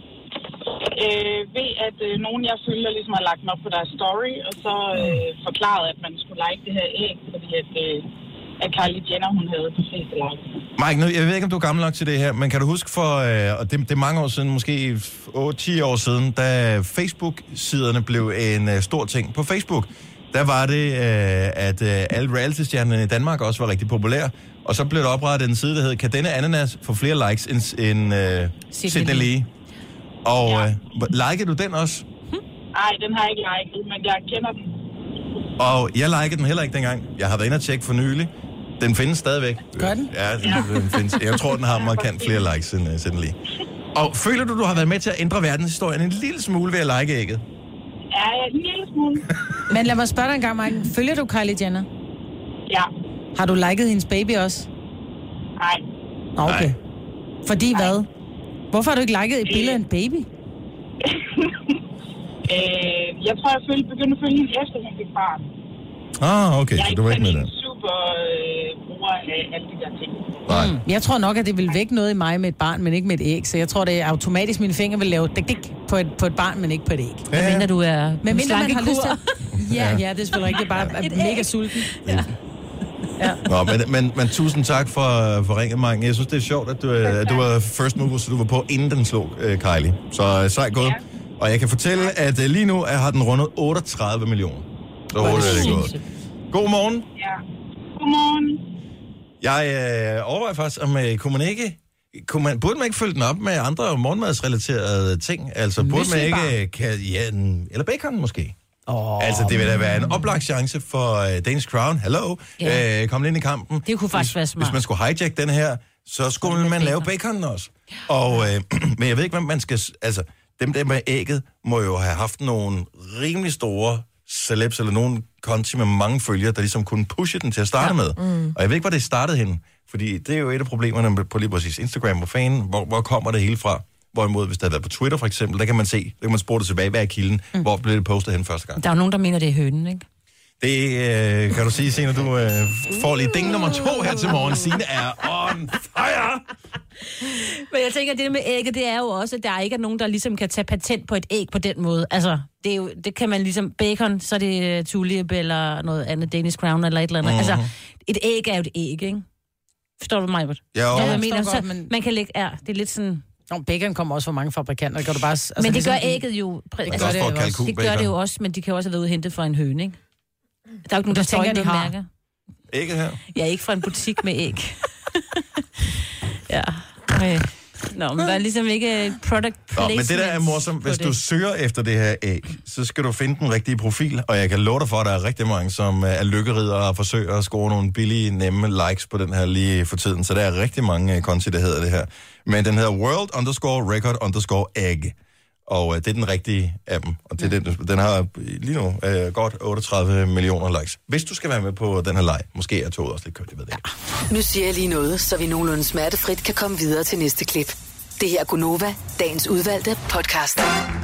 Speaker 9: Ved at nogen, jeg følger, ligesom har lagt mig op på deres story, og så forklaret, at man skulle like det her æg, fordi at Kylie Jenner, hun havde de fleste likes.
Speaker 1: Mike, jeg ved ikke, om du er gammel nok til det her, men kan du huske for, og det er mange år siden, måske 8-10 år siden, da Facebook-siderne blev en stor ting på Facebook, der var det, at alle reality-stjernerne i Danmark også var rigtig populære, og så blev der oprettet en side, der hed, kan denne ananas få flere likes end Sydney Lee? Og likede du den også?
Speaker 9: Nej, den har jeg ikke liket, men jeg kender den.
Speaker 1: Og jeg likede den heller ikke dengang. Jeg har været inde og tjekke for nylig. Den findes stadigvæk.
Speaker 2: Gør den?
Speaker 1: Ja, den findes. Jeg tror, den har markant flere likes end Sydney Lee. Og føler du har været med til at ændre verdenshistorien en lille smule ved at like ægget?
Speaker 9: Ja, en lille smule.
Speaker 2: Men lad mig spørge dig en gang, Mike. Følger du Kylie Jenner?
Speaker 9: Ja.
Speaker 2: Har du liket hendes baby også?
Speaker 9: Nej.
Speaker 2: Okay.
Speaker 1: Nej.
Speaker 2: Fordi hvad? Hvorfor har du ikke liket et billede af en baby?
Speaker 9: Jeg tror, jeg begyndte at følge hende efter, hun fik barn.
Speaker 1: Okay, så du var ikke med der.
Speaker 9: Jeg er ikke super bruger af alle de der ting.
Speaker 1: Nej.
Speaker 2: Jeg tror nok, at det vil vække noget i mig med et barn, men ikke med et æg. Så jeg tror, det er automatisk, mine fingre vil lave dik på et barn, men ikke på et æg.
Speaker 3: Hvad mindre du er
Speaker 2: Men mindre man har lyst til... Ja, det er selvfølgelig rigtigt. Bare mega sulten. Ja.
Speaker 1: Nå, men tusind tak for ringet, Mange. Jeg synes, det er sjovt, at du var first mover, så du var på, inden den slog Kylie. Så sej gået. Ja. Og jeg kan fortælle, at lige nu har den rundet 38 millioner. Så hurtigt er det gået. God morgen.
Speaker 9: Ja. Godmorgen.
Speaker 1: Jeg overvejer faktisk, om burde man ikke følge den op med andre morgenmadsrelaterede ting? Altså, burde man ikke eller bacon måske? Altså, det vil da være en oplagt chance for Danish Crown. Hallo? Kom ind i kampen.
Speaker 3: Det kunne faktisk være smart.
Speaker 1: Hvis man skulle hijack den her, så skulle man lave baconen også. Og, men jeg ved ikke, hvad man skal... Altså, dem der med ægget må jo have haft nogle rimelig store celebs, eller nogle konti med mange følgere, der ligesom kunne pushe den til at starte med. Og jeg ved ikke, hvor det startede henne. Fordi det er jo et af problemerne på lige præcis Instagram. Hvor kommer det hele fra? Hvorimod, hvis det har været på Twitter for eksempel, der kan man spore det tilbage, hvad er kilden? Hvor blev det postet hen første gang?
Speaker 3: Der er jo nogen, der mener, det er hønen, ikke?
Speaker 1: Det kan du sige, Signe, du får lige ding nummer 2 her til morgen. Signe er on fire!
Speaker 3: Men jeg tænker, at det med ægget, det er jo også, at der ikke er nogen, der ligesom kan tage patent på et æg på den måde. Altså, det kan man ligesom... Bacon, så er det tulip eller noget andet, Danish Crown eller et eller andet. Altså, et æg er jo et æg, ikke? Forstår du mig?
Speaker 1: Ja,
Speaker 3: jeg mener, så man kan lægge... Ja, det er lidt sådan...
Speaker 2: Bacon kommer også fra mange fabrikanter. Kan du bare, altså,
Speaker 3: men det gør ægget jo... Det gør det jo også, men de kan også have været udhentet fra en høne, ikke? Der er jo ikke nogen, der står ikke noget mærker.
Speaker 1: Ægget her?
Speaker 3: Ja, ikke fra en butik med æg. Ja. Okay. Nå, men der er ligesom ikke product placement.
Speaker 1: Men det der er morsomt, hvis du søger efter det her æg, så skal du finde den rigtige profil, og jeg kan love dig for, at der er rigtig mange, som er lykkeriddere og forsøger at score nogle billige, nemme likes på den her lige for tiden. Så der er rigtig mange konti, der hedder det her. Men den hedder world_record_egg. Og det er den rigtige af dem. Og det er den har lige nu godt 38 millioner likes. Hvis du skal være med på den her leg, måske er toget også lidt kørt, jeg ved det ikke.
Speaker 7: Nu siger jeg lige noget, så vi nogenlunde smertefrit kan komme videre til næste klip. Det her er Gunova, dagens udvalgte podcast.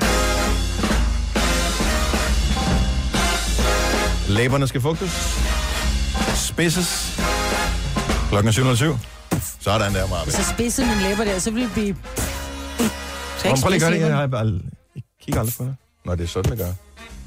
Speaker 1: Læberne skal fugtes. Spidses. Klokken er 7:07. Sådan der, Marve.
Speaker 2: Så spidser mine læber der, så vil det blive...
Speaker 1: Prøv lige at gøre det. Jeg kigger aldrig på det. Nå, det er sådan, det gør.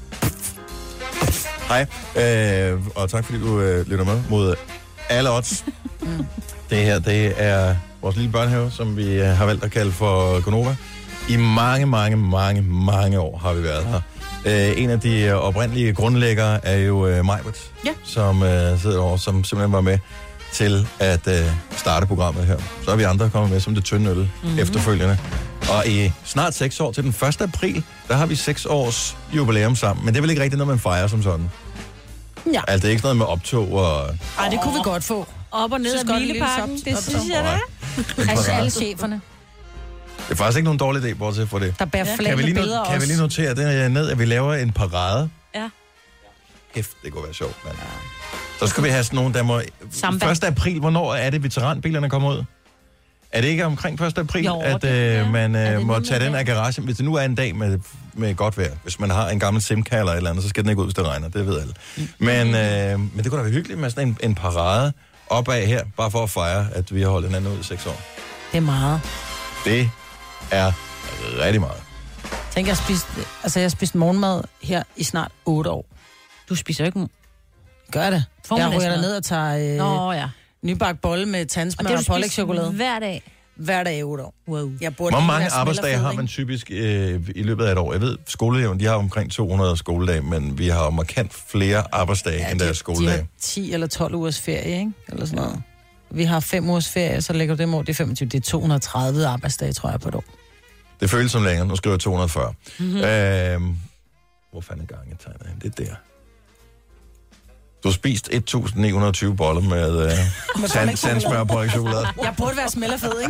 Speaker 1: Hej, og tak fordi du lytter med mod alle odds. Det her, det er vores lille børnehave, som vi har valgt at kalde for Gonova. I mange år har vi været her. En af de oprindelige grundlæggere er jo Majbert, som sidder over, som simpelthen var med til at starte programmet her. Så er vi andre kommet med som det tynde øl efterfølgende. Og i snart 6 år, til den 1. april, der har vi 6 års jubilæum sammen. Men det er vel ikke rigtigt, når man fejrer som sådan?
Speaker 2: Ja.
Speaker 1: Altså, det er ikke noget med optog og...
Speaker 2: Ej, det kunne vi godt få.
Speaker 3: Op og ned af Mileparken, det synes jeg da.
Speaker 2: Altså alle cheferne.
Speaker 1: Det er faktisk ikke nogen dårlig idé, bortset fra det.
Speaker 2: Der bærer flag med billeder også.
Speaker 1: Kan vi lige notere det ned, at vi laver en parade?
Speaker 3: Ja.
Speaker 1: Kæft, det kunne være sjovt, mand. Så skal vi have sådan nogen, der må... 1. april, hvornår er det, veteranbilerne kommer ud? Er det ikke omkring 1. april,
Speaker 3: jo, man
Speaker 1: må tage den af garagen? Hvis det nu er en dag med godt vejr, hvis man har en gammel Simca eller et eller andet, så skal den ikke ud, hvis det regner, det ved alle. Men det kunne da være hyggeligt med sådan en parade opad her, bare for at fejre, at vi har holdt hinanden ud i 6 år.
Speaker 2: Det er meget.
Speaker 1: Det er rigtig meget.
Speaker 2: Tænk, jeg har spist morgenmad her i snart 8 år.
Speaker 3: Du spiser jo ikke...
Speaker 2: Gør det. Jeg ryger derned og tager nybagt bolle med tandsmør og pålægtschokolade.
Speaker 3: Hver dag?
Speaker 2: Hver dag i 8 år.
Speaker 3: Wow.
Speaker 1: Hvor mange arbejdsdage har man typisk i løbet af et år? Jeg ved, skoleeleverne, de har omkring 200 skoledage, men vi har markant flere arbejdsdage end deres skoledage.
Speaker 2: De har 10 eller 12 ugers ferie, ikke? Eller sådan noget. Vi har 5 ugers ferie, så lægger dem over, det er 25. Det er 230 arbejdsdage, tror jeg, på et år.
Speaker 1: Det føles som længere. Nu skriver jeg 240. Hvor fanden er gangen tegnet hen? Det er der. Du har spist 1.920 boller med tandsmør og pålægtschokolade.
Speaker 2: Jeg burde være smælderfed, ikke?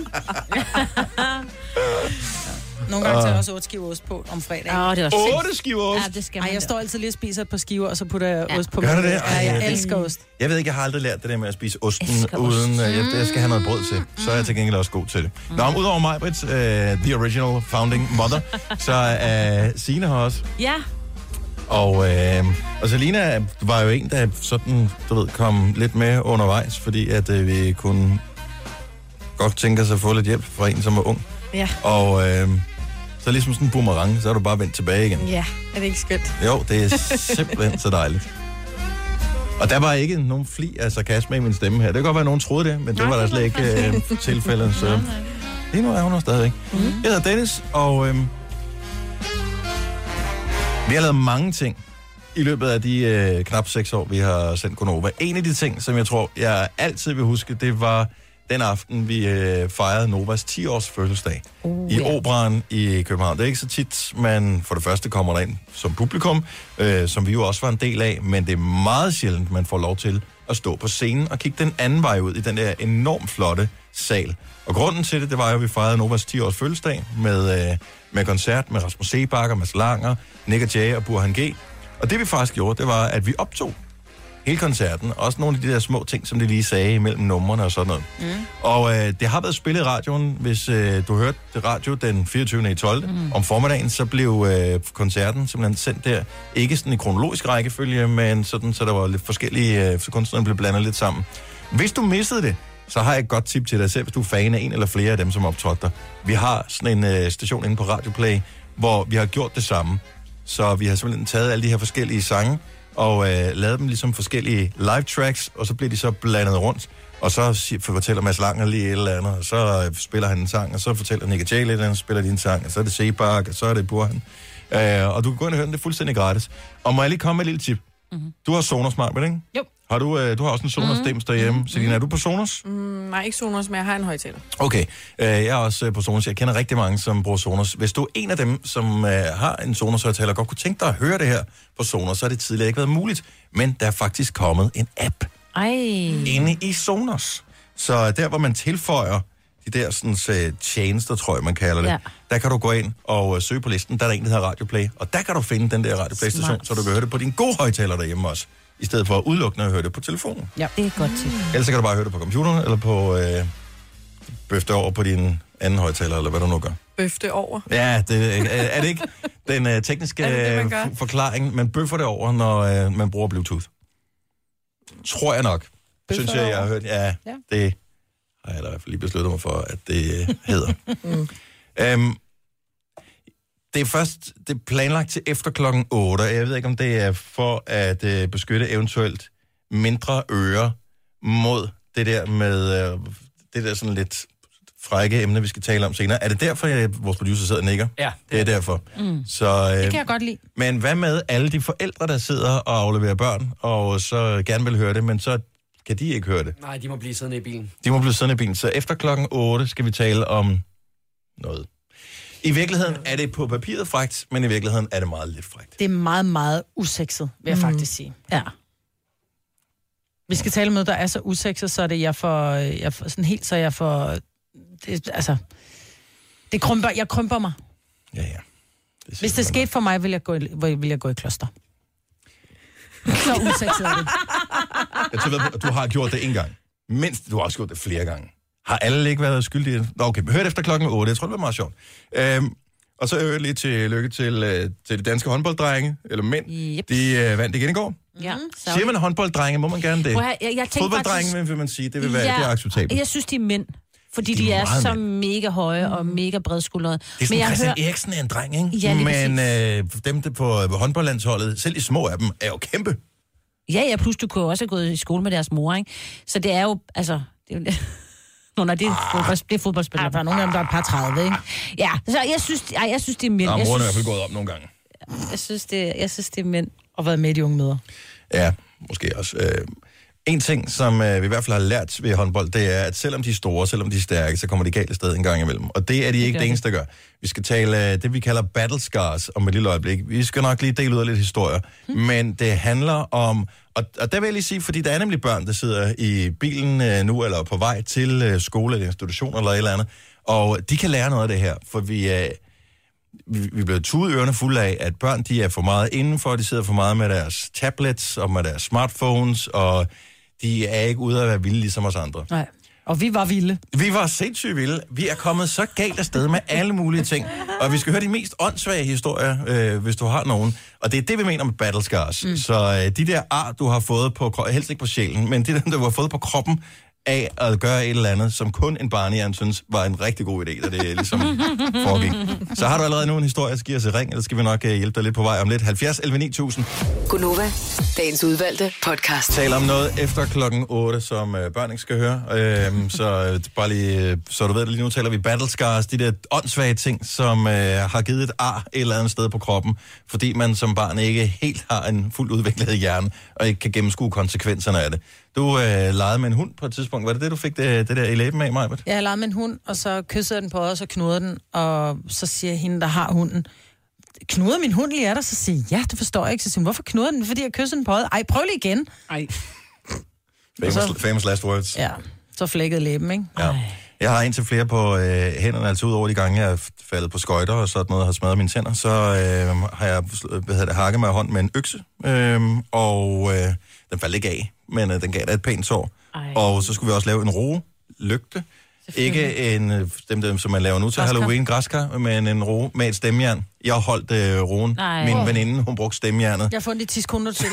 Speaker 2: Nogle gange tager jeg også 8 skiver ost på om fredag.
Speaker 3: Det er
Speaker 1: 8 skiver ost?
Speaker 3: Ja, det skal man.
Speaker 2: Jeg står altid lige og spiser et par skiver, og så putter jeg ost på.
Speaker 1: Gør du det?
Speaker 2: Ja, jeg elsker ost.
Speaker 1: Jeg ved ikke, jeg har aldrig lært det der med at spise osten uden... Jeg skal have noget brød til. Så er jeg til gengæld også god til det. Nå, udover mig, Britt, the original founding mother, så Signe har også.
Speaker 3: Ja.
Speaker 1: Og Selina var jo en, der sådan, kom lidt med undervejs, fordi at vi kunne godt tænke os at få lidt hjælp fra en, som var ung.
Speaker 8: Ja.
Speaker 1: Og så ligesom sådan en boomerang, så er du bare vendt tilbage igen.
Speaker 8: Ja, er det ikke skønt?
Speaker 1: Jo, det er simpelthen så dejligt. Og der var ikke nogen fli af sarkasme i min stemme her. Det kan godt være, at nogen troede det, men det var der slet ikke tilfældet. Så lige nu er hun her stadigvæk. Jeg hedder Dennis, og vi har lavet mange ting i løbet af de knap 6 år, vi har sendt Gonova. En af de ting, som jeg tror, jeg altid vil huske, det var den aften, vi fejrede Novas 10-års fødselsdag i Operaen i København. Det er ikke så tit, man for det første kommer derind som publikum, som vi jo også var en del af, men det er meget sjældent, man får lov til at stå på scenen og kigge den anden vej ud i den der enormt flotte sal. Og grunden til det var jo, at vi fejrede Novas 10-års fødselsdag med koncert med Rasmus Seebach og Mads Langer, Nick og Jay og Burhan G. Og det vi faktisk gjorde, det var, at vi optog hele koncerten. Også nogle af de der små ting, som de lige sagde mellem numrene og sådan noget. Og det har været spillet i radioen. Hvis du hørte det radio den 24.12. Om formiddagen, så blev koncerten simpelthen sendt der. Ikke sådan i kronologisk rækkefølge, men sådan, så der var lidt forskellige, så kunstnerne blev blandet lidt sammen. Hvis du missede det, så har jeg et godt tip til dig selv, hvis du er fan af en eller flere af dem, som optrådte der. Vi har sådan en station inde på Radio Play, hvor vi har gjort det samme. Så vi har simpelthen taget alle de her forskellige sange, og lavet dem ligesom forskellige live tracks, og så bliver de så blandet rundt, og så fortæller Mads Langer lige et eller andet, og så spiller han en sang, og så fortæller Nick og Jay lidt, og så spiller de en sang, og så er det Seebach, og så er det Burhan. Og du kan gå ind og høre den, det er fuldstændig gratis. Og må jeg lige komme med et lille tip? Du har Sonos Smart, vel ikke?
Speaker 8: Jo.
Speaker 1: Har du har også en Sonos-stems derhjemme. Selina, er du på Sonos?
Speaker 8: Nej, ikke Sonos, men jeg har en højtaler.
Speaker 1: Okay, jeg er også på Sonos. Jeg kender rigtig mange, som bruger Sonos. Hvis du er en af dem, som har en Sonos-højtaler, og godt kunne tænke dig at høre det her på Sonos, så har det tidligere ikke været muligt. Men der er faktisk kommet en app inde i Sonos. Så der, hvor man tilføjer de der sådan, tjenester, tror jeg, man kalder det, der kan du gå ind og søge på listen. Der er der en, der hedder Radio Play, og der kan du finde den der Radio Play-station, så du kan høre det på din gode højtaler derhjemme også, i stedet for udelukkende at høre det på telefonen.
Speaker 3: Ja, det er godt til.
Speaker 1: Ellers kan du bare høre det på computeren, eller på bøfte over på din anden højtaler, eller hvad du nu gør.
Speaker 8: Bøfte over?
Speaker 1: Ja, er det ikke den tekniske forklaring? Man bøffer det over, når man bruger Bluetooth. Tror jeg nok.
Speaker 2: Bøffer
Speaker 1: Synes jeg har hørt. Ja, det har jeg da i hvert fald lige besluttet mig for, at det hedder. Det er planlagt til efter klokken 8, og jeg ved ikke, om det er for at beskytte eventuelt mindre ører mod det der med det der sådan lidt frække emne, vi skal tale om senere. Er det derfor, vores producer sidder og nikker?
Speaker 10: Ja.
Speaker 1: Det er derfor. Så,
Speaker 2: det kan jeg godt lide.
Speaker 1: Men hvad med alle de forældre, der sidder og afleverer børn, og så gerne vil høre det, men så kan de ikke høre det?
Speaker 10: Nej, de må blive siddende i bilen.
Speaker 1: De må blive siddende i bilen. Så efter klokken 8 skal vi tale om noget. I virkeligheden er det på papiret frækt, men i virkeligheden er det meget lidt frækt.
Speaker 2: Det er meget, meget usekset, vil jeg faktisk sige. Ja. Vi skal tale om noget, der er så usekset, så er det, jeg får sådan helt, så jeg får... Det krymper, jeg krymper mig.
Speaker 1: Ja.
Speaker 2: Hvis det skete for mig, vil jeg gå i kloster. Så usekset er det.
Speaker 1: Jeg ved, at du har gjort det en gang. Mindst, du har også gjort det flere gange. Har alle ikke været skyldige? Okay, hør det efter klokken 8. Jeg tror, det var meget sjovt. Og så lige til lykke til de danske håndbolddrenge, eller mænd.
Speaker 3: Yep.
Speaker 1: De vandt igen i går.
Speaker 3: Ja,
Speaker 1: siger man håndbolddrenge, må man gerne det?
Speaker 3: Jeg
Speaker 1: Fodbolddrenge, vil man sige, det vil være det er acceptabelt.
Speaker 3: Jeg synes, de er mænd. Fordi de er så mega høje og mega bredskuldrede.
Speaker 1: Det er sådan, Christian Eriksen er en dreng, ikke?
Speaker 3: Ja,
Speaker 1: men dem der på håndboldlandsholdet, selv de små af dem, er jo kæmpe.
Speaker 3: Ja, plus du kunne også have gået i skole med deres mor, ikke? Så det er jo, altså... Det er fodboldspillere.
Speaker 2: Der er nogle af dem, der er et par 30, ikke?
Speaker 3: Ja, så jeg synes, det er mænd.
Speaker 1: Nå, moren er i hvert fald gået op nogle gange.
Speaker 3: Jeg synes, det er mænd.
Speaker 2: Og været med i de unge møder.
Speaker 1: Ja, måske også. En ting, som vi i hvert fald har lært ved håndbold, det er, at selvom de er store, selvom de er stærke, så kommer de galt sted en gang imellem. Og det er de ikke det eneste, der gør. Vi skal tale det, vi kalder battle scars om et lille øjeblik. Vi skal nok lige dele ud af lidt historier. Men det handler om... Og der vil jeg lige sige, fordi der er nemlig børn, der sidder i bilen nu, eller på vej til skole eller institution eller et eller andet, og de kan lære noget af det her, for vi bliver tudet ørerne fulde af, at børn, de er for meget indenfor, de sidder for meget med deres tablets og med deres smartphones, og de er ikke ude at være vilde ligesom os andre.
Speaker 2: Nej. Og vi var vilde.
Speaker 1: Vi var sindssygt vilde. Vi er kommet så galt afsted med alle mulige ting. Og vi skal høre de mest åndssvage historier, hvis du har nogen. Og det er det, vi mener med battle scars. Så de der ar, du har fået på helst ikke på sjælen, men de der, du har fået på kroppen af at gøre et eller andet, som kun en barnehjern synes var en rigtig god idé, da det ligesom foregik. Så har du allerede nu en historie, så giver os et ring, eller skal vi nok hjælpe dig lidt på vej om lidt. 70 11 9000.
Speaker 7: Gunova, dagens udvalgte podcast.
Speaker 1: Taler om noget efter klokken 8, som børn ikke skal høre. Så bare lige, så du ved det, lige nu taler vi battle scars, de der åndssvage ting, som har givet et ar et eller andet sted på kroppen, fordi man som barn ikke helt har en fuldt udviklet hjerne, og ikke kan gennemskue konsekvenserne af det. Du legede med en hund på et tidspunkt. Var det det, du fik det der i læben af, Majbert?
Speaker 2: Jeg legede med en hund, og så kyssede den på os og knurrede den, og så siger hende, der har hunden, knurrede min hund lige af dig? Så siger ja, det forstår jeg ikke. Så siger hun, hvorfor knurrede den? Fordi jeg kyssede den på øjet. Ej, prøv lige igen. Ej.
Speaker 1: Famous last words.
Speaker 2: Ja, så flækkede læben, ikke?
Speaker 1: Ja. Jeg har indtil flere på hænderne, altså ud over de gange, jeg er faldet på skøjter og sådan noget, og har smadret mine tænder, så har jeg hakket mig i hånd med en økse, og den faldt ikke af, men den gav da et pænt sår. Og så skulle vi også lave en roelygte. Ikke en dem, som man laver nu til Halloween, græskar, men en roe med et stemmejern. Jeg holdt roen. Min veninde, hun brugte stemmejernet.
Speaker 2: Jeg har fundet de 10 sekunder til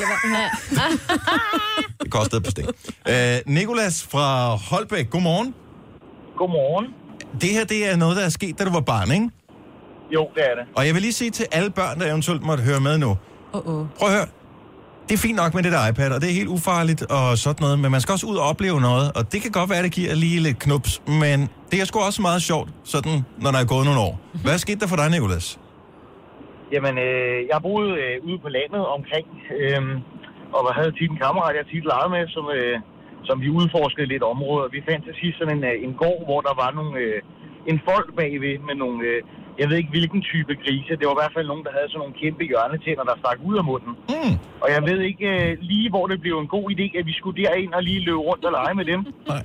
Speaker 1: det kostede på sting. Nicolas fra Holbæk, godmorgen.
Speaker 10: Godmorgen.
Speaker 1: Det her, det er noget, der er sket, da du var barn, ikke?
Speaker 10: Jo, det er det.
Speaker 1: Og jeg vil lige sige til alle børn, der eventuelt måtte høre med nu. Prøv at høre. Det er fint nok med det der iPad, og det er helt ufarligt og sådan noget, men man skal også ud og opleve noget, og det kan godt være, at det giver lige lidt knups, men det er sgu også meget sjovt, sådan, når der er gået nogle år. Hvad skete der for dig, Nicolas?
Speaker 10: Jamen, jeg boede ude på landet omkring, og havde tit en kammerat, jeg tit legede med, som vi udforskede lidt områder. Vi fandt til sidst sådan en gård, hvor der var en folk bagved med nogle, jeg ved ikke hvilken type grise. Det var i hvert fald nogen, der havde sådan nogle kæmpe hjørnetænder, der stak ud af munden. Og jeg ved ikke lige, hvor det blev en god idé, at vi skulle derind og lige løbe rundt og lege med dem.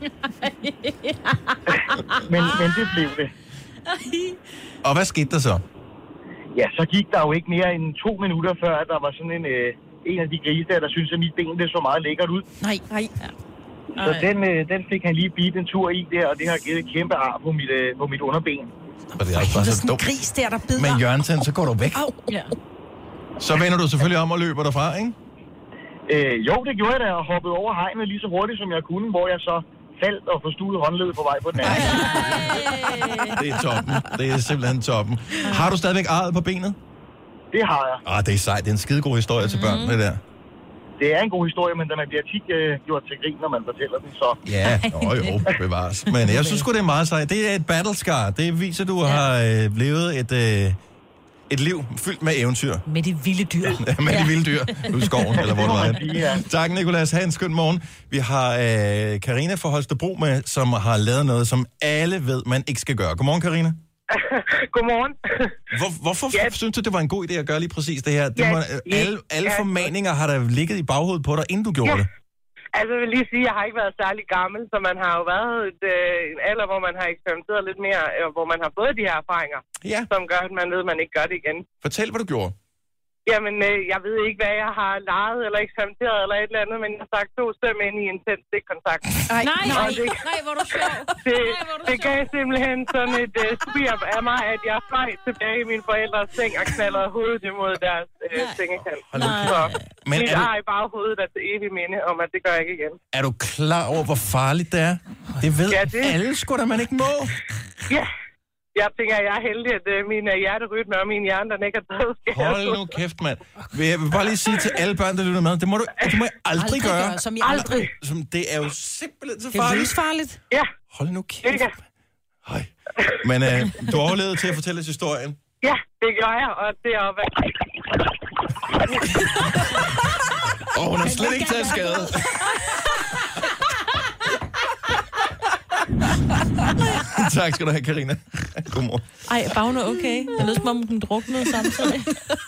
Speaker 10: men det blev det.
Speaker 1: Og hvad skete der så?
Speaker 10: Ja, så gik der jo ikke mere end 2 minutter før, at der var sådan en af de grise der synes, at mit ben det så meget lækkert ud.
Speaker 2: Nej.
Speaker 10: Så den fik han lige bidt en tur i der, og det har givet et kæmpe ar på mit underben.
Speaker 1: Og det er også bare så dumt.
Speaker 2: Gris der bider.
Speaker 1: Men Jørgensen, så går du væk.
Speaker 2: Ja.
Speaker 1: Så vender du selvfølgelig om og løber derfra, ikke?
Speaker 10: Jo, det gjorde jeg da, og hoppede over hegnet lige så hurtigt, som jeg kunne, hvor jeg så faldt og forstod håndledet på vej på den anden.
Speaker 1: Det er toppen. Det er simpelthen toppen. Har du stadigvæk arret på benet?
Speaker 10: Det har jeg.
Speaker 1: Det er sejt. Det er en skidegod historie til børn, det der.
Speaker 10: Det er en god historie, men den bliver tit gjort til grin, når man fortæller den, så...
Speaker 1: Ja, jo, bevares. Men jeg synes sgu, det er meget sejt. Det er et battle scar. Det viser, at du har levet et liv fyldt med eventyr.
Speaker 2: Med de vilde dyr.
Speaker 1: Med de vilde dyr. Ude i skoven, eller hvor du er.
Speaker 10: Ja.
Speaker 1: Tak, Nicolas. Ha' en skøn morgen. Vi har Karina fra Holstebro med, som har lavet noget, som alle ved, man ikke skal gøre. Godmorgen, Karina.
Speaker 11: Godmorgen.
Speaker 1: Hvorfor synes du, det var en god idé at gøre lige præcis det her? Alle formaninger har der ligget i baghovedet på dig, inden du gjorde det.
Speaker 11: Altså, jeg vil lige sige, at jeg har ikke været særlig gammel, så man har jo været en alder, hvor man har eksperimenteret lidt mere, hvor man har fået de her erfaringer, som gør, at man ved, at man ikke gør det igen.
Speaker 1: Fortæl, hvad du gjorde.
Speaker 11: Jamen, jeg ved ikke, hvad jeg har leget eller eksperimenteret eller et eller andet, men jeg har sagt 2 søm ind i intens stikkontakt.
Speaker 3: Nej, hvor du sjov.
Speaker 11: Det gav simpelthen sådan et spir af mig, at jeg fløj tilbage i min forældres seng og knaldede hovedet imod deres sengekant. Men det har i baghovedet at til evig minde om, at det gør jeg ikke igen.
Speaker 1: Er du klar over, hvor farligt det er? Det ved alle sgu da, man ikke må.
Speaker 11: Ja. Jeg tænker, at jeg er heldig, at min hjerterytme og min hjerne, den ikke er død.
Speaker 1: Hold nu kæft, mand. Jeg vil bare lige sige til alle børn, der lytter med, det må du aldrig gøre.
Speaker 2: Som I aldrig.
Speaker 1: Det er jo simpelthen så farligt.
Speaker 2: Det er livsfarligt.
Speaker 11: Ja.
Speaker 1: Hold nu kæft. Hej. Men du overlevede til at fortælle os historien.
Speaker 11: Ja, det gør jeg, og det er oppe.
Speaker 1: Hun har slet ikke taget skade. Tak skal du have, Karina. Godmorgen.
Speaker 3: Ej, var hun okay? Det lød som om hun druknede samtidig.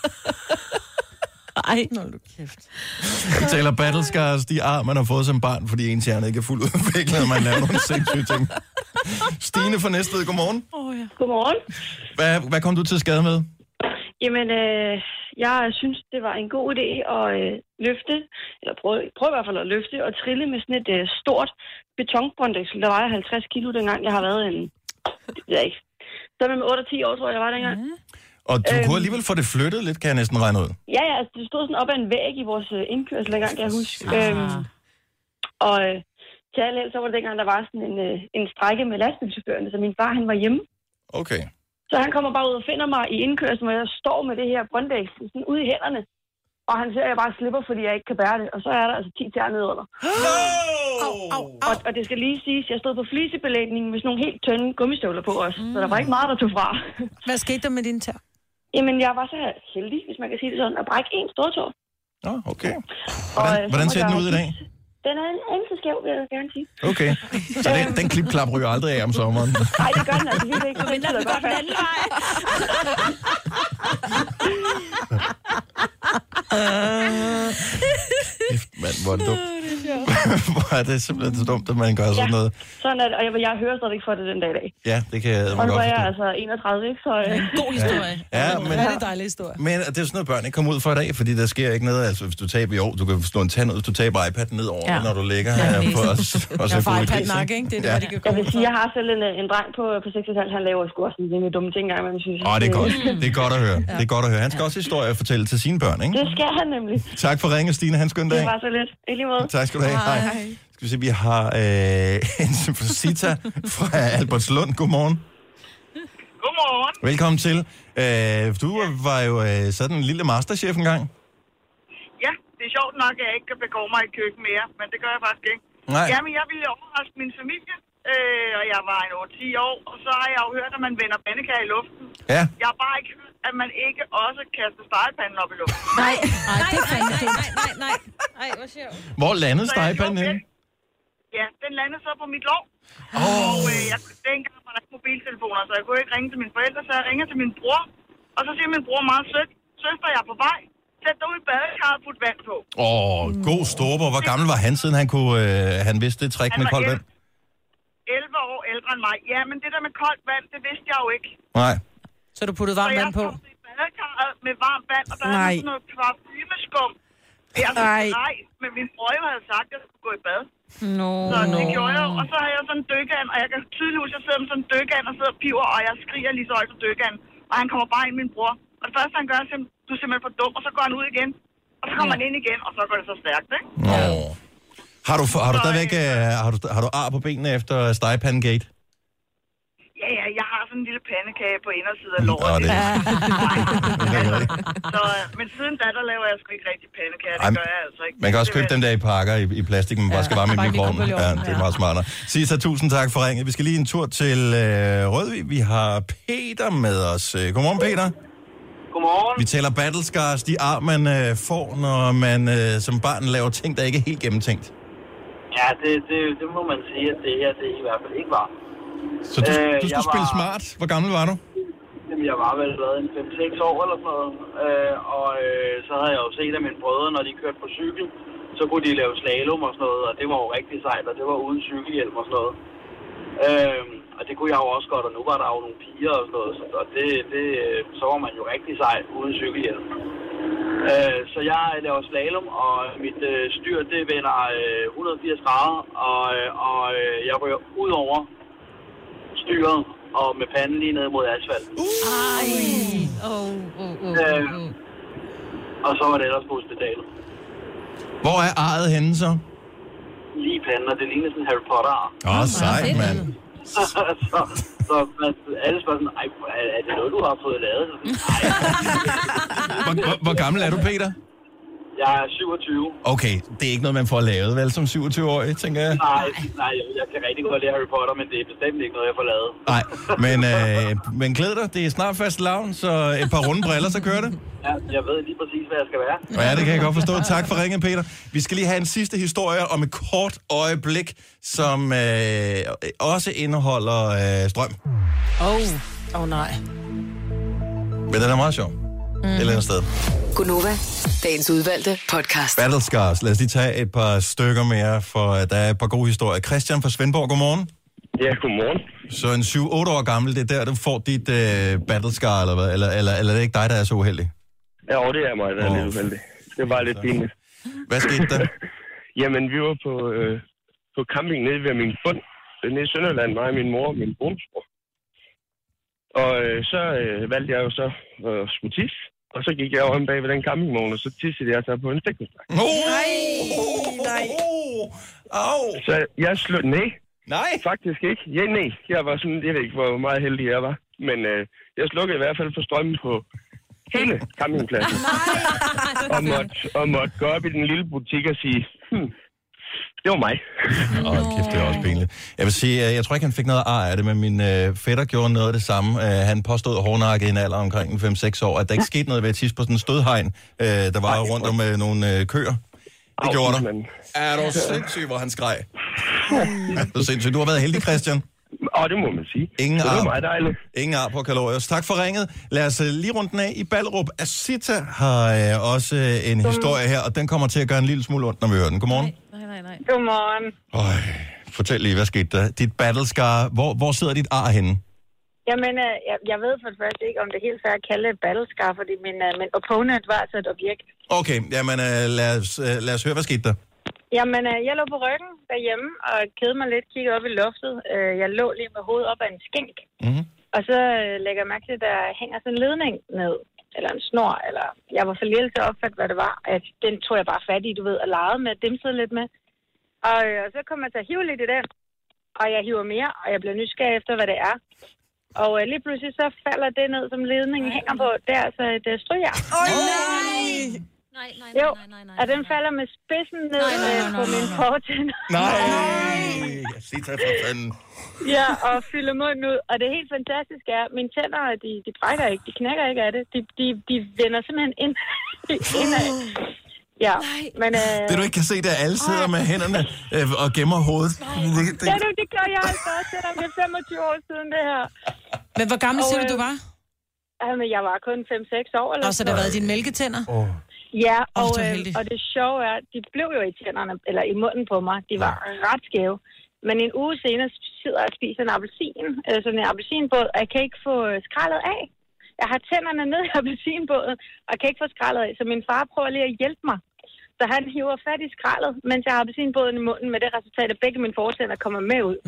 Speaker 3: Ej, nå du kæft.
Speaker 1: Vi taler battle scars, de ar, man har fået som barn, fordi ens hjerne ikke er fuldt udviklet, og man laver nogle sindssyge ting. Stine fra Næstved, godmorgen.
Speaker 11: Godmorgen.
Speaker 1: Hvad kom du til skade med?
Speaker 11: Jamen,
Speaker 12: Jeg synes, det var en god idé at løfte, eller prøve i hvert fald at løfte og trille med sådan et stort betonbåndæksel, der vejer 50 kilo dengang. Jeg har været det ved jeg ikke. Så med 8 og 10 år, tror jeg var dengang.
Speaker 1: Og du kunne alligevel få det flyttet lidt, kan jeg næsten regne ud.
Speaker 12: Ja, altså, det stod sådan op ad en væg i vores indkørsel dengang, kan jeg huske. Og til alle så var det dengang, der var sådan en strække med lastbilchaufførerne, så min far, han var hjemme.
Speaker 1: Okay.
Speaker 12: Så han kommer bare ud og finder mig i indkørslen, hvor jeg står med det her båndæksel sådan ude i hænderne. Og han ser, at jeg bare slipper, fordi jeg ikke kan bære det. Og så er der altså 10 tær nedenunder. Og det skal lige siges, jeg stod på flisebelægningen med sådan nogle helt tynde gummistøvler på os. Så der var ikke meget, der tog fra.
Speaker 2: Hvad skete der med din tær?
Speaker 12: Jamen, jeg var så heldig, hvis man kan sige det sådan, at brække en stortå.
Speaker 1: Okay. Hvordan ser den ud i dag?
Speaker 12: Den er en anelse skæv, vil jeg gerne sige.
Speaker 1: Okay. Så den klipklap ryger aldrig af om sommeren?
Speaker 12: Nej, det gør den altså virkelig ikke. Det er godt den anden vej.
Speaker 1: Mand, hvor er det dumt. Hvor er det simpelthen så dumt, at man gør sådan noget.
Speaker 12: Sådan er det, og jeg hører stadig ikke for det den dag i dag.
Speaker 1: Ja, det kan jeg godt forstå.
Speaker 12: Og nu er jeg altså 31, ikke? Så,
Speaker 2: god historie.
Speaker 1: Ja, men
Speaker 2: det er en dejlig historie.
Speaker 1: Men det er sådan noget, børn ikke kommer ud for i dag, fordi der sker ikke noget. Altså, hvis du taber i år, du kan slå en tand ud, hvis du taber iPad'en ned over det, når du ligger her på os. Og så får
Speaker 2: iPad-nak, ikke? Det er det, de kan
Speaker 12: jeg vil sige, jeg har selv en dreng på 6,5, han laver sgu også en dumme ting, man synes.
Speaker 1: Det er godt. Det er godt at høre. Det er godt at høre. Han skal også historie at fortælle til sine børn, ikke?
Speaker 12: Det skal han nemlig.
Speaker 1: Tak for ringen, Stine. Han skøn dag.
Speaker 12: Det var så lidt. I lige måde.
Speaker 1: Tak skal du have. Hej. Skal vi se, vi har Sita fra Albertslund. Godmorgen.
Speaker 11: Godmorgen.
Speaker 1: Velkommen til. Du var jo sådan en lille masterchef engang.
Speaker 11: Ja, det er sjovt nok, at jeg ikke kan begå mig i køkken mere, men det gør jeg faktisk ikke.
Speaker 1: Nej.
Speaker 11: Jamen, jeg ville overraske min familie, og jeg var 10 år, og så har jeg jo hørt, at man vender pandekager i luften.
Speaker 1: Ja.
Speaker 11: Jeg har bare ikke hørt, at man ikke også kaster stegepanden op i luften.
Speaker 2: Nej, det er fandme dumt. Nej, hvor sjovt.
Speaker 1: Hvor landede stegepanden henne?
Speaker 11: Ja, den landede så på mit lov. Og dengang var der ikke mobiltelefoner, så jeg kunne ikke ringe til mine forældre, så jeg ringer til min bror. Og så siger min bror meget sødt, søster, jeg er på vej. Sæt dig ud i badekarret og put vand på.
Speaker 1: God storbror. Hvor gammel var han, siden han vidste det træk med koldt vand?
Speaker 11: 11 år ældre end mig. Ja, men det der med koldt vand, det vidste jeg jo ikke.
Speaker 1: Nej.
Speaker 2: Så du puttede varmt vand på?
Speaker 11: Så jeg stod i badekarret med varmt vand, og der er sådan noget parfumeskum. Nej, men min bror havde sagt, at jeg skulle gå i bad. Så det gjorde jeg, og så har jeg sådan en dykkeand, og jeg kan tydeligt huske, at jeg sidder med sådan en dykkeand og sidder og piver, og jeg skriger lige så højt for dykkeand. Og han kommer bare ind, min bror. Og det første, han gør, er du er simpelthen for dum, og så går han ud igen. Og så kommer han ind igen, og så går det så stærkt, ikke?
Speaker 1: Har du stadigvæk har du ar på benene efter Stegepandegate?
Speaker 11: Ja, jeg har sådan en lille pandekage på indersiden af låret. Men siden da, der laver jeg sgu ikke rigtig pandekager. Det gør jeg altså ikke.
Speaker 1: Man kan også købe dem der i pakker i plastik, man bare skal varme i mikroovnen. Ja, det er meget smartere. Sisa, tusind tak for ringet. Vi skal lige en tur til Rødvig. Vi har Peter med os. Godmorgen, Peter.
Speaker 13: Godmorgen.
Speaker 1: Vi taler battle scars, de ar, man får, når man som barn laver ting, der ikke er helt gennemtænkt.
Speaker 13: Ja, det må man sige, at det her det i hvert fald ikke var.
Speaker 1: Så du skulle spille smart. Hvor gammel var du?
Speaker 13: Jamen, jeg var vel en 5-6 år eller sådan noget. Så havde jeg jo set af mine brødre, når de kørte på cykel, så kunne de lave slalom og sådan noget, og det var jo rigtig sejt, og det var uden cykelhjelm og sådan noget. Og det kunne jeg jo også godt, og nu var der jo nogle piger og sådan noget, og så var man jo rigtig sej uden cykelhjelm. Så jeg laver slalom, og mit styr, det vender 180 grader, og jeg ryger ud over styret, og med panden lige ned mod asfalt. Og så var det ellers på hospitalet.
Speaker 1: Hvor er arret henne så?
Speaker 13: Lige i panden, og det ligner sådan en Harry Potter-ar.
Speaker 1: Sejt, mand.
Speaker 13: Så alle spørger sådan, er det noget, du har fået lavet?
Speaker 1: Hvor gammel er du, Peter?
Speaker 13: Jeg er 27.
Speaker 1: Okay, det er ikke noget, man får lavet, vel, som 27-årig, tænker jeg?
Speaker 13: Nej, jeg kan rigtig godt lide Harry Potter, men det er bestemt ikke noget, jeg får lavet.
Speaker 1: Nej, men glæd dig, det er snart fast lavn, så et par runde briller, så kører det.
Speaker 13: Ja, jeg ved lige præcis, hvad jeg skal være.
Speaker 1: Ja, det kan jeg godt forstå. Tak for ringen, Peter. Vi skal lige have en sidste historie om et kort øjeblik, som også indeholder strøm.
Speaker 2: Nej.
Speaker 1: Men den er meget sjov. Et eller andet sted.
Speaker 7: Gunova, dagens udvalgte podcast.
Speaker 1: Battle Scars. Lad os lige tage et par stykker mere, for der er et par gode historier. Christian fra Svendborg, godmorgen.
Speaker 14: Ja, godmorgen.
Speaker 1: Så en 7-8 år gammel, det er der, du får dit battle scar, eller hvad? Eller er det ikke dig, der er så uheldig?
Speaker 14: Ja, det er mig, der er lidt uheldig. Det er bare lidt pinligt.
Speaker 1: Hvad skete der?
Speaker 14: Jamen, vi var på camping nede ved min fund. Nede i Sønderland, mig og min mor og min bonusbror. Og så valgte jeg jo så at skulle tisse. Og så gik jeg over bag ved den campingvogn, og så tissede jeg så på en stikkonstrak.
Speaker 1: Nej. Au.
Speaker 14: Så jeg slog...
Speaker 1: Nej.
Speaker 14: Faktisk ikke. Ja, nej. Jeg var sådan, jeg ved ikke, hvor meget heldig jeg var. Men jeg slukkede i hvert fald for strømmen på hele campingpladsen. og måtte gå op i den lille butik og sige, det var mig.
Speaker 1: Kæft, det er også pinligt. Jeg vil sige, jeg tror ikke, han fik noget ar af det, men min fætter gjorde noget af det samme. Han påstod hårdnakket i en alder omkring 5-6 år, at der ikke skete noget ved at tisse på sådan en stødhegn, der var rundt om nogle køer. Det gjorde der. Er du sindssyg, hvor han skreg? Det er sindssygt. Du har været heldig, Christian.
Speaker 14: Det må man sige.
Speaker 1: Ingen ar på kalorier. Tak for ringet. Lad os lige rundt den af i Ballerup. Asita har også en historie her, og den kommer til at gøre en lille smule ondt, når vi hører den. Godmorgen.
Speaker 15: Nej. Godmorgen.
Speaker 1: Fortæl lige, hvad skete der? Dit battlescar, hvor sidder dit ar henne?
Speaker 15: Jamen, jeg ved for det første ikke, om det er helt fair at kalde det battlescar, fordi min opponent var altså et objekt.
Speaker 1: Okay, jamen lad os høre, hvad skete der?
Speaker 15: Jamen, jeg lå på ryggen derhjemme og kedede mig lidt, kiggede op i loftet. Jeg lå lige med hovedet op ad en skænk. Mm-hmm. Og så lægger jeg mærke til, at der hænger sådan en ledning ned, eller en snor, eller jeg var for lille til at opfatte, hvad det var. Den tog jeg bare fat i, du ved, og legede med, dimsede lidt med. Og så kommer jeg til at hive lidt i den, og jeg hiver mere, og jeg bliver nysgerrig efter, hvad det er. Og lige pludselig så falder det ned, som ledningen hænger på. Det er altså et stryger. Nej. Og den falder med spidsen ned på min fortænder.
Speaker 1: Nej. Jeg siger til for fanden.
Speaker 15: Ja, og fylder munden ud. Og det helt fantastiske er, at mine tænder, de brækker ikke, de knækker ikke af det. De vender simpelthen indad. Ja, men...
Speaker 1: Det du ikke kan se, det er, alle sidder med hænderne og gemmer hovedet.
Speaker 15: Det gør jeg altså også, selvom det er 25 år siden det her.
Speaker 2: Men hvor gammel siger du var?
Speaker 15: Jamen, jeg var kun 5-6 år. Eller
Speaker 2: så det har været dine mælketænder?
Speaker 15: Ja, og det sjove er, de blev jo i tænderne, eller i munden på mig. De var ret skæve. Men en uge senere sidder jeg og spiser en appelsin, sådan en appelsinbåd, og jeg kan ikke få skrællet af. Jeg har tænderne ned i appelsinbåden, og kan ikke få skrællet af, så min far prøver lige at hjælpe mig. Så han hiver fat i skrællet, mens jeg har appelsinbåden i munden, med det resultat, at begge mine fortænder kommer med ud.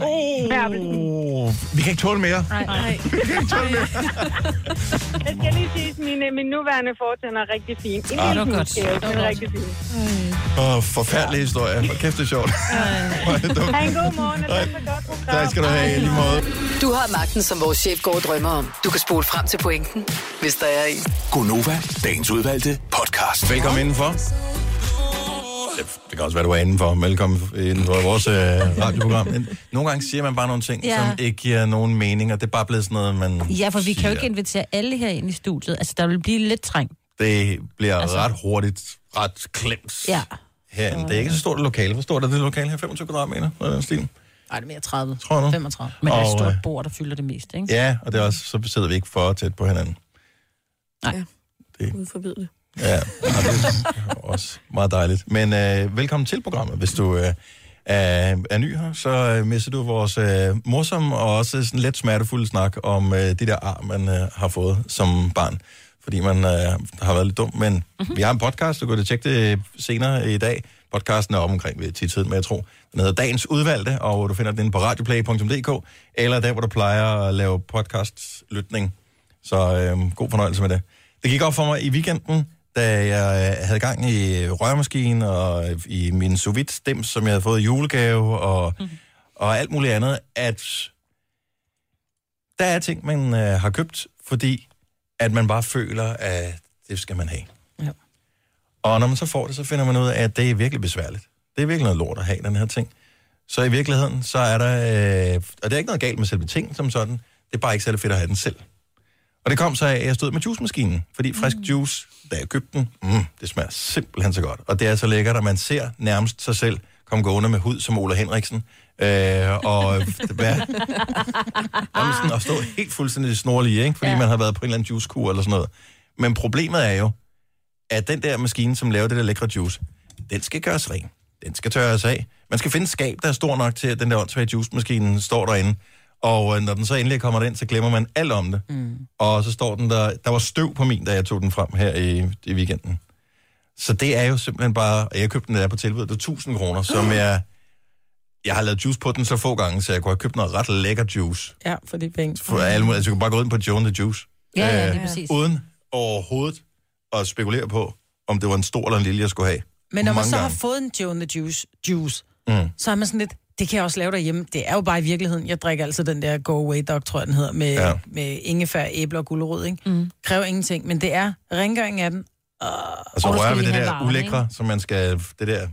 Speaker 1: Vi kan ikke tåle mere.
Speaker 15: Nej. Vi kan ikke tåle mere. Jeg skal lige sige, at mine nuværende fortænder er rigtig fine. Det er godt. Det er rigtig fine.
Speaker 1: Forfærdelig historie. Kæft, det er sjovt.
Speaker 15: Ha' en god morgen, og tak for godt program.
Speaker 1: Tak skal du have, i lige måde.
Speaker 7: Du har magten, som vores chef går og drømmer om. Du kan spole frem til pointen, hvis der er en.
Speaker 4: Gonova, dagens udvalgte podcast.
Speaker 1: Velkommen indenfor. Det kan også være, du er indenfor. Velkommen indenfor vores radioprogram. Men nogle gange siger man bare nogle ting, som ikke giver nogen mening, og det er bare blevet sådan noget, man
Speaker 3: Ja, for vi kan jo ikke invitere alle her ind i studiet. Altså, der vil blive lidt trængt.
Speaker 1: Det bliver ret hurtigt, ret klemt herinde. Det er ikke så stort et lokale. Hvor stort er det lokale her? 25 kvadratmeter? Hvad er den stil?
Speaker 2: Nej, det er mere 30.
Speaker 1: Tror du?
Speaker 2: 35. Men det er et stort bord, der fylder det meste, ikke?
Speaker 1: Ja, og det er også, så sidder vi ikke for tæt på hinanden.
Speaker 8: Nej, Gud forbyde det.
Speaker 1: Ja, det er også meget dejligt. Men velkommen til programmet. Hvis du er ny her, så misser du vores morsomme og også sådan lidt smertefulde snak om de der ar, man har fået som barn. Fordi man har været lidt dum. Men vi har en podcast, du kan tjekke det senere i dag. Podcasten er omkring ved 10-tiden, men jeg tror, den hedder Dagens Udvalgte, og du finder den på radioplay.dk, eller der, hvor du plejer at lave podcastlytning. Så god fornøjelse med det. Det gik op for mig i weekenden, da jeg havde gang i rørmaskinen og i min sous vide stems, som jeg havde fået i julegave og alt muligt andet, at der er ting, man har købt, fordi at man bare føler, at det skal man have. Ja. Og når man så får det, så finder man ud af, at det er virkelig besværligt. Det er virkelig noget lort at have, den her ting. Så i virkeligheden, så er der... og det er ikke noget galt med selve ting som sådan. Det er bare ikke særlig fedt at have den selv. Og det kom så af, at jeg stod med juicemaskinen. Fordi frisk juice, da jeg købte den, det smager simpelthen så godt. Og det er så lækkert, at man ser nærmest sig selv komme gående med hud som Ola Henriksen. Og stå helt fuldstændig snorlige, ikke? Fordi man har været på en eller anden juicekur eller sådan noget. Men problemet er jo, at den der maskine, som laver det der lækre juice, den skal gøres ren. Den skal tørres af. Man skal finde et skab, der er stor nok til, at den der åndssvage juicemaskine står derinde. Og når den så endelig kommer ind, så glemmer man alt om det. Og så står den der var støv på min, da jeg tog den frem her i weekenden. Så det er jo simpelthen bare, jeg købte den der på tilbud, det er 1000 kroner, som jeg har lavet juice på den så få gange, så jeg kunne have købt noget ret lækker juice.
Speaker 2: Ja, for de penge.
Speaker 1: Altså, jeg kunne bare gå ind på Joe the Juice.
Speaker 3: Ja, det er præcis.
Speaker 1: Uden overhovedet at spekulere på, om det var en stor eller en lille, jeg skulle have.
Speaker 2: Men når man så har fået en Joe the Juice, så er man sådan lidt, det kan jeg også lave derhjemme. Det er jo bare i virkeligheden. Jeg drikker altid den der Go Away Dog, tror jeg den hedder, med ingefær, æble og gulerod, ikke? Kræver ingenting, men det er rengøring af den.
Speaker 1: Og så rører vi det der ulækre, som man skal, det der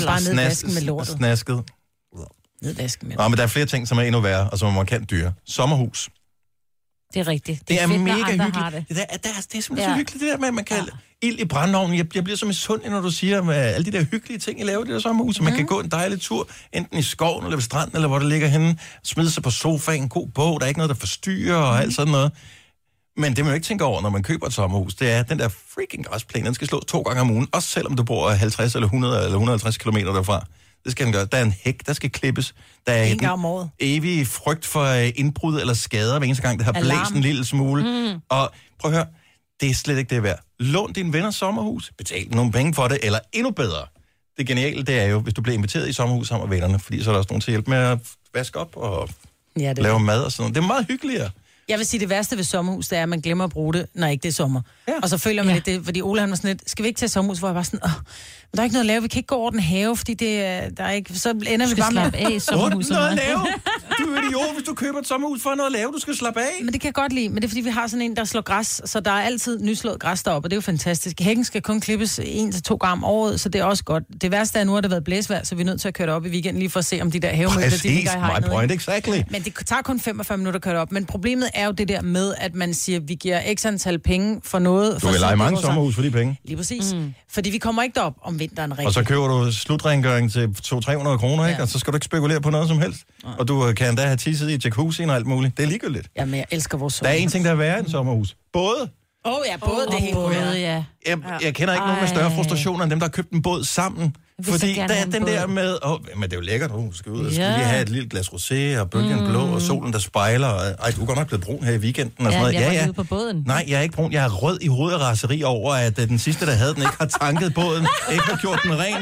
Speaker 1: snasket. Nå, men der er flere ting, som er endnu værre, og som er markant dyre. Sommerhus.
Speaker 3: Det er rigtigt.
Speaker 1: Det er mega hyggeligt. Det er simpelthen så hyggeligt, det der med, at man kan ild i brændeovnen. Jeg bliver så misundelig, når du siger med alle de der hyggelige ting, I laver i det der sommerhus. Så man kan gå en dejlig tur, enten i skoven eller ved stranden, eller hvor det ligger henne. Smide sig på sofaen, en god bog, der er ikke noget, der forstyrrer og alt sådan noget. Men det man jo ikke tænker over, når man køber et sommerhus, det er, den der freaking græsplæne, den skal slå 2 gange om ugen, også selvom du bor 50 eller 100 eller 150 kilometer derfra. Det skal den gøre. Der er en hæk, der skal klippes. Der er en evig frygt for indbrud eller skader hver eneste gang, det har blæst en lille smule. Og prøv at høre, det er slet ikke det værd. Lån dine venners sommerhus, betal nogle penge for det, eller endnu bedre. Det geniale, det er jo, hvis du bliver inviteret i sommerhus sammen med vennerne, fordi så er der også nogen til at hjælpe med at vaske op og lave mad og sådan noget. Det er meget hyggeligere.
Speaker 2: Jeg vil sige, det værste ved sommerhus, det er, at man glemmer at bruge det, når ikke det er sommer. Ja. Og så føler man lidt det, fordi Ole han var sådan lidt, skal vi ikke tage sommerhus, hvor jeg var sådan, men der er ikke noget at lave, vi kan ikke gå over den have, fordi det der er ikke, så ender vi bare med
Speaker 3: af sommerhuset.
Speaker 1: Noget at lave? Du er idiot, hvis du køber et sommerhus for noget at lave, du skal slappe af.
Speaker 2: Men det kan jeg godt lide, men det er fordi, vi har sådan en, der slår græs, så der er altid nyslået græs deroppe, og det er jo fantastisk. Hækken skal kun klippes 1 til 2 gange om året, så det er også godt. Det værste er, nu har det været blæsvejr, så vi er nødt til at køre det op i weekenden lige for at se, om de der havemøbler, de ligger i hegnet.
Speaker 1: My point, exactly.
Speaker 2: Men det tager kun 45 minutter at køre det op. Men problemet er jo det der med, at man siger, at vi giver x antal penge for noget.
Speaker 1: Du vil lege mange sommerhus for de penge.
Speaker 2: Lige præcis. Fordi vi kommer ikke derop om vinteren rigtigt.
Speaker 1: Og så køber du slutrengøring til 200-300 kroner, ikke? Og så skal du ikke spekulere på noget som helst. Og du kan endda have tisset i jacuzzien og alt muligt. Det er ligegyldigt.
Speaker 2: Jamen, jeg elsker vores sommerhus.
Speaker 1: Der er en ting, der er værre end sommerhus. Både.
Speaker 2: Både det hele.
Speaker 1: Jeg kender ikke nogen med større frustrationer end dem, der har købt en båd sammen. Fordi der er den der med, men det er jo lækkert, du skal ud og skal lige have et lille glas rosé, og bølgen blå, og solen, der spejler, og du er godt nok blevet brun her i weekenden, og sådan noget.
Speaker 3: Ja. På båden.
Speaker 1: Nej, jeg er ikke brun, jeg er rød i hovedet af raseri over, at den sidste, der havde den, ikke har tanket båden, ikke har gjort den ren,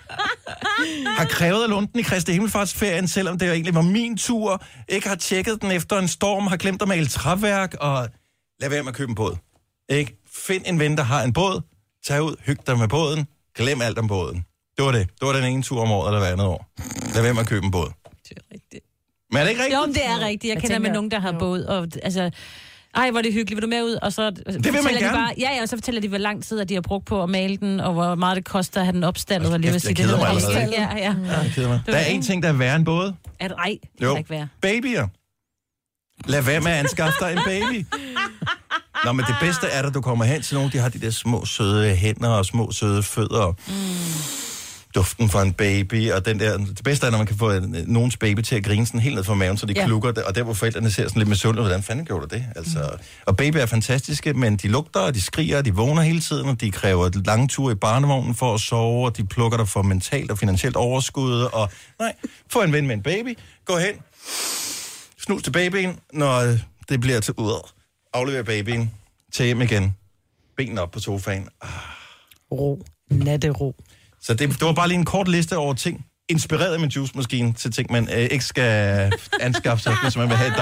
Speaker 1: har krævet at låne den i Kristi Himmelfartsferien, selvom det jo egentlig var min tur, ikke har tjekket den efter en storm, har glemt at male træværk, og lad være med at købe en båd. Ikke? Find en ven, der har en båd, tag ud, hyg dig med båden, glem alt om båden. Det var det. Det var den ene tur om året, eller hver andet år. Lad være med at købe en båd.
Speaker 3: Det er rigtigt.
Speaker 1: Men er det ikke rigtigt?
Speaker 3: Jo, det er rigtigt. Jeg kender med nogen, der har båd, og altså... Ej, hvor er det hyggeligt. Vil du med ud? Og så
Speaker 1: det vil man gerne.
Speaker 3: Bare, og så fortæller de, hvor lang tid de har brugt på at male den, og hvor meget det koster at have den opstallet. Og
Speaker 1: jeg keder mig allerede.
Speaker 3: Ja.
Speaker 1: Der er en ting, der er værre end båd.
Speaker 3: Er det ej? Det kan ikke være.
Speaker 1: Babyer. Lad være med at anskaffe dig en baby. Nå, men det bedste er, at du kommer hen til nogen, de har de der små søde hænder og små søde fødder. Duften fra en baby, og den der... Det bedste er, når man kan få nogens baby til at grine sådan helt ned fra maven, så de klukker det, og der, hvor forældrene ser sådan lidt misundelige, hvordan fanden gjorde du det? Altså, og babyer er fantastiske, men de lugter, og de skriger, og de vågner hele tiden, og de kræver lange ture i barnevognen for at sove, og de plukker dig for mentalt og finansielt overskud, og få en ven med en baby, gå hen, snus til babyen, når det bliver til aflever babyen, til hjem igen, benene op på sofaen.
Speaker 2: Ro. Nattero.
Speaker 1: Så det var bare lige en kort liste over ting, inspireret af min juicemaskine, til ting, man ikke skal anskaffe sig, hvis man vil have et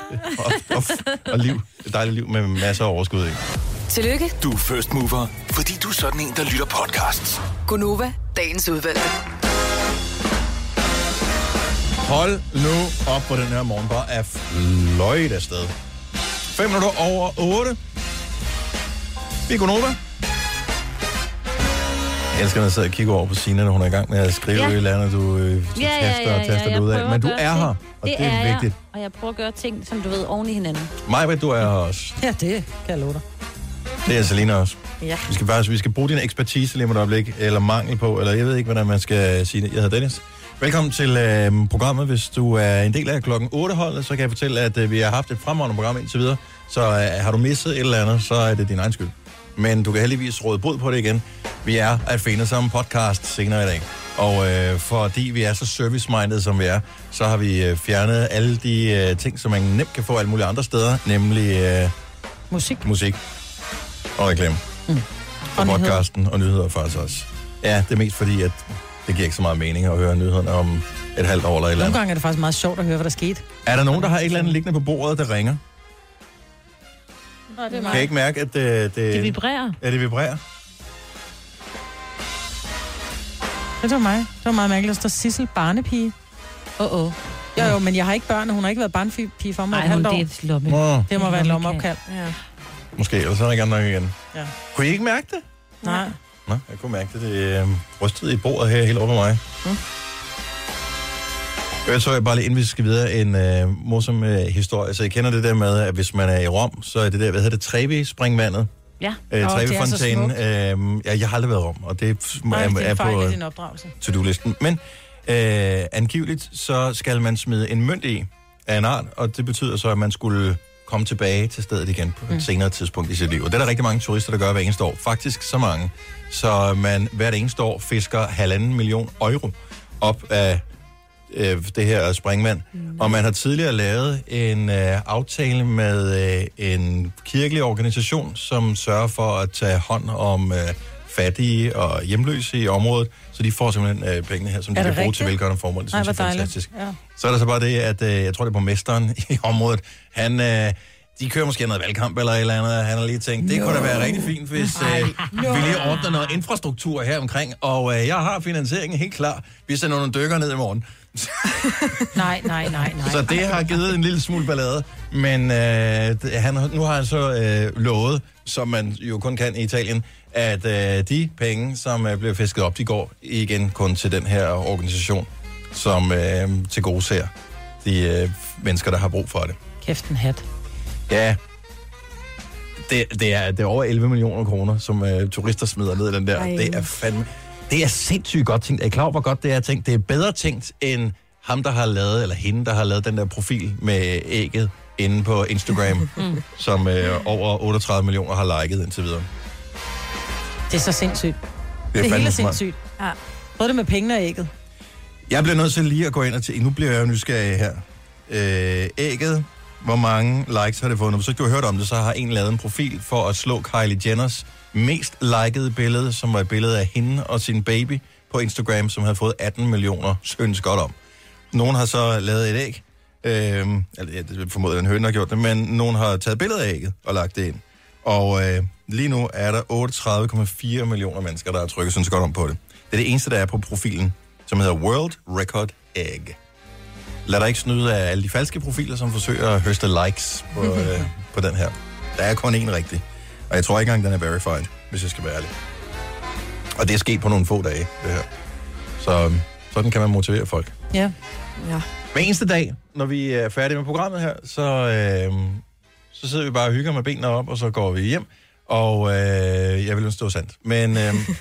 Speaker 1: dejligt et dejligt liv med masser af overskud. Ikke?
Speaker 7: Tillykke.
Speaker 4: Du er first mover, fordi du er sådan en, der lytter podcasts.
Speaker 7: Gunova, dagens udvalgte.
Speaker 1: Hold nu op på den her morgen, bare er fløjt afsted. 5 minutter over 8. Vi er Gunova. Jeg elsker, når jeg sidder og kigger over på Signe, når hun er i gang med at skrive et eller andet, du taster det ud af. Men du er her, og det er vigtigt.
Speaker 3: Og jeg prøver at gøre ting, som du ved, oven i hinanden.
Speaker 1: Majbrit, du er her også.
Speaker 2: Ja, det kan jeg love dig.
Speaker 1: Det er Selina også.
Speaker 3: Ja.
Speaker 1: Vi skal bruge din ekspertise lige med et øjeblik, eller mangel på, eller jeg ved ikke, hvordan man skal sige det. Jeg hedder Dennis. Velkommen til programmet. Hvis du er en del af klokken 8-holdet, så kan jeg fortælle, at vi har haft et fremragende program indtil videre. Så har du misset et eller andet, så er det din egen skyld. Men du kan heldigvis råde bod på det igen. Vi er at finde som podcast senere i dag. Og fordi vi er så service-minded, som vi er, så har vi fjernet alle de ting, som man nemt kan få alle mulige andre steder, nemlig musik og reklame. Og podcasten og nyheder faktisk også. Ja, det er mest fordi, at det giver ikke så meget mening at høre nyhederne om et halvt år eller et eller andet.
Speaker 2: Nogle gange er det faktisk meget sjovt at høre, hvad der skete.
Speaker 1: Er der nogen, der har et eller andet liggende på bordet, der ringer?
Speaker 3: Det
Speaker 1: kan jeg ikke mærke, at det
Speaker 3: vibrerer?
Speaker 1: Ja, det vibrerer.
Speaker 2: Det var mig. Det var meget mærkeligt. Der står Sissel barnepige. Jo, men jeg har ikke børn, og hun har ikke været barnepige for mig.
Speaker 3: Nej, det er et lomme.
Speaker 2: Det må være et lommeopkald.
Speaker 8: Ja.
Speaker 1: Måske, eller så er der gerne nok igen.
Speaker 2: Ja.
Speaker 1: Kunne I ikke mærke det?
Speaker 2: Nej.
Speaker 1: Nå, jeg kunne mærke det. Det rystede i bordet her helt over på mig. Jeg tror bare lige, inden vi skal videre, en morsom historie. Så jeg kender det der med, at hvis man er i Rom, så er det der, hvad hedder det, Trevi-springvandet?
Speaker 3: Ja.
Speaker 1: Trevi-fontænen. Jeg har aldrig været i Rom, og det er på
Speaker 2: din opdragelse.
Speaker 1: to-do-listen. Men angiveligt, så skal man smide en mønt i af en art, og det betyder så, at man skulle komme tilbage til stedet igen på et senere tidspunkt i sit liv. Og det er der rigtig mange turister, der gør hver eneste år. Faktisk så mange, så man hvert eneste år fisker 1,5 million euro op af det her springvand. Og man har tidligere lavet en aftale med en kirkelig organisation, som sørger for at tage hånd om fattige og hjemløse i området, så de får simpelthen pengene her, som de kan bruge til velgørende formål. Det synes jeg er fantastisk. Ja. Så er der så bare det, at jeg tror, det er borgmesteren i området, de kører måske noget valgkamp eller et eller andet, han har lige tænkt, det kunne da være rigtig fint, hvis vi lige ordner noget infrastruktur her omkring, og jeg har finansieringen helt klar. Vi sender nogle dykker ned i morgen.
Speaker 2: Nej.
Speaker 1: Så det har givet en lille smule ballade, men nu har han så lovet, som man jo kun kan i Italien, at de penge, som bliver fisket op, de går igen kun til den her organisation, som tilgodeser de mennesker, der har brug for det.
Speaker 2: Kæft en hat.
Speaker 1: Ja, det er over 11 millioner kroner, som turister smider ned i den der. Ej. Det er fandme... Det er sindssygt godt tænkt. Er I klar over, hvor godt det er tænkt? Det er bedre tænkt end ham, der har lavet, eller hende, der har lavet den der profil med ægget inde på Instagram, som over 38 millioner har liket indtil videre.
Speaker 2: Det er så sindssygt. Det er hele sindssygt. Ja. Både det med pengene og ægget.
Speaker 1: Jeg bliver nødt til lige at gå ind og nu bliver jeg jo nysgerrig her. Ægget, hvor mange likes har det fået? Hvis ikke du har hørt om det, så har en lavet en profil for at slå Kylie Jenners mest likede billede, som var et billede af hende og sin baby på Instagram, som havde fået 18 millioner synes godt om. Nogen har så lavet et æg, jeg formoder, at en høne har gjort det, men nogen har taget billeder af ægget og lagt det ind. Og lige nu er der 38,4 millioner mennesker, der har trykket synes godt om på det. Det er det eneste, der er på profilen, som hedder World Record Egg. Lad dig ikke snyde af alle de falske profiler, som forsøger at høste likes på den her. Der er kun én rigtig. Og jeg tror ikke engang, den er verified, hvis jeg skal være ærlig. Og det er sket på nogle få dage, det her. Så sådan kan man motivere folk.
Speaker 2: Ja.
Speaker 1: Hver eneste dag, når vi er færdige med programmet her, så sidder vi bare og hygger med benene op, og så går vi hjem. Og jeg vil ønske, det var sandt. Men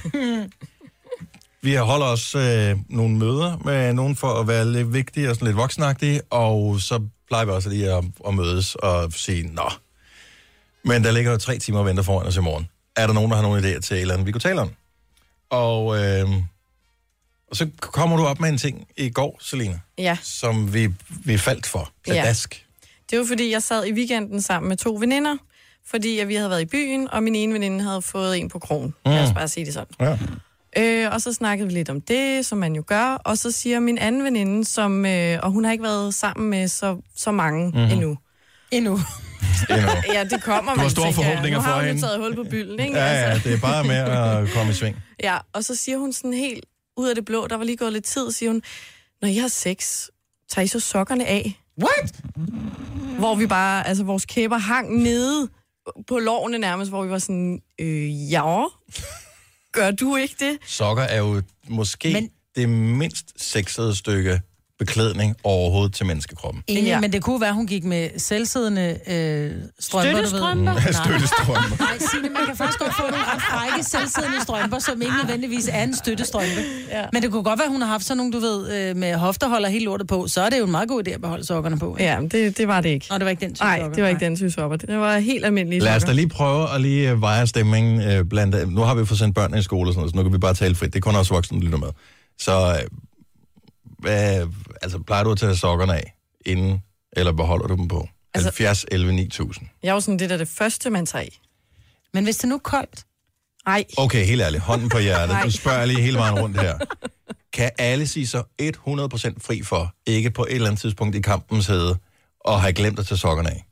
Speaker 1: vi holder os nogle møder med nogen for at være lidt vigtige og sådan lidt voksenagtige, og så plejer vi også lige at mødes og sige, nå. Men der ligger jo 3 timer og venter foran os i morgen. Er der nogen, der har nogle idéer til et eller andet, vi kunne tale om? Og så kommer du op med en ting i går, Selina, som vi faldt for. Pladask.
Speaker 8: Ja. Det var fordi, jeg sad i weekenden sammen med 2 veninder, fordi vi havde været i byen, og min ene veninde havde fået en på krogen. Lad os bare sige det sådan. Ja. Og så snakkede vi lidt om det, som man jo gør, og så siger min anden veninde, som, og hun har ikke været sammen med så mange endnu. Ja, det kommer,
Speaker 1: du har store forhåbninger for hende.
Speaker 8: Nu har hun taget hul på bylden, ikke?
Speaker 1: Ja, det er bare med at komme i sving.
Speaker 8: Ja, og så siger hun sådan helt ud af det blå, der var lige gået lidt tid, siger hun, når I har sex, tager I så sokkerne af?
Speaker 2: What?
Speaker 8: Hvor vi bare, altså vores kæber hang nede på lårene nærmest, hvor vi var sådan, ja, gør du ikke det?
Speaker 1: Sokker er jo måske det mindst sexede stykke beklædning overhovedet til menneskekroppen.
Speaker 2: Ja. Men det kunne være, hun gik med selvsiddende strømper,
Speaker 3: Støttestrømper?
Speaker 1: Støttestrømper.
Speaker 2: Nej, Signe, man kan faktisk godt få nogle ret frække selvsiddende strømper, som ikke nødvendigvis er en støttestrømpe. Ja. Men det kunne godt være, hun har haft sådan nogle, du ved, med hofteholder helt lortet på, så er det jo en meget god idé at beholde sokkerne på. Ikke?
Speaker 8: Ja, det var det ikke.
Speaker 2: Og det var ikke den type sokker?
Speaker 8: Nej, det var ikke den type sokker. Det var helt almindelige sokker.
Speaker 1: Lad os da lige prøve at veje stemningen blandt... Nu har vi fået sendt børn i skole og sådan noget, så nu kan vi bare tale frit. Det er kun også voksne, der lytter med. Så plejer du at tage sokkerne af inden, eller beholder du dem på? 70, 11, 9000.
Speaker 8: Jeg er jo sådan, det er det første, man tager af.
Speaker 2: Men hvis det nu er koldt?
Speaker 8: Ej.
Speaker 1: Okay, helt ærligt. Hånden på hjertet. Du spørger lige hele vejen rundt her. Kan alle sige så 100% fri for, ikke på et eller andet tidspunkt i kampens hede, og have glemt at tage sokkerne af?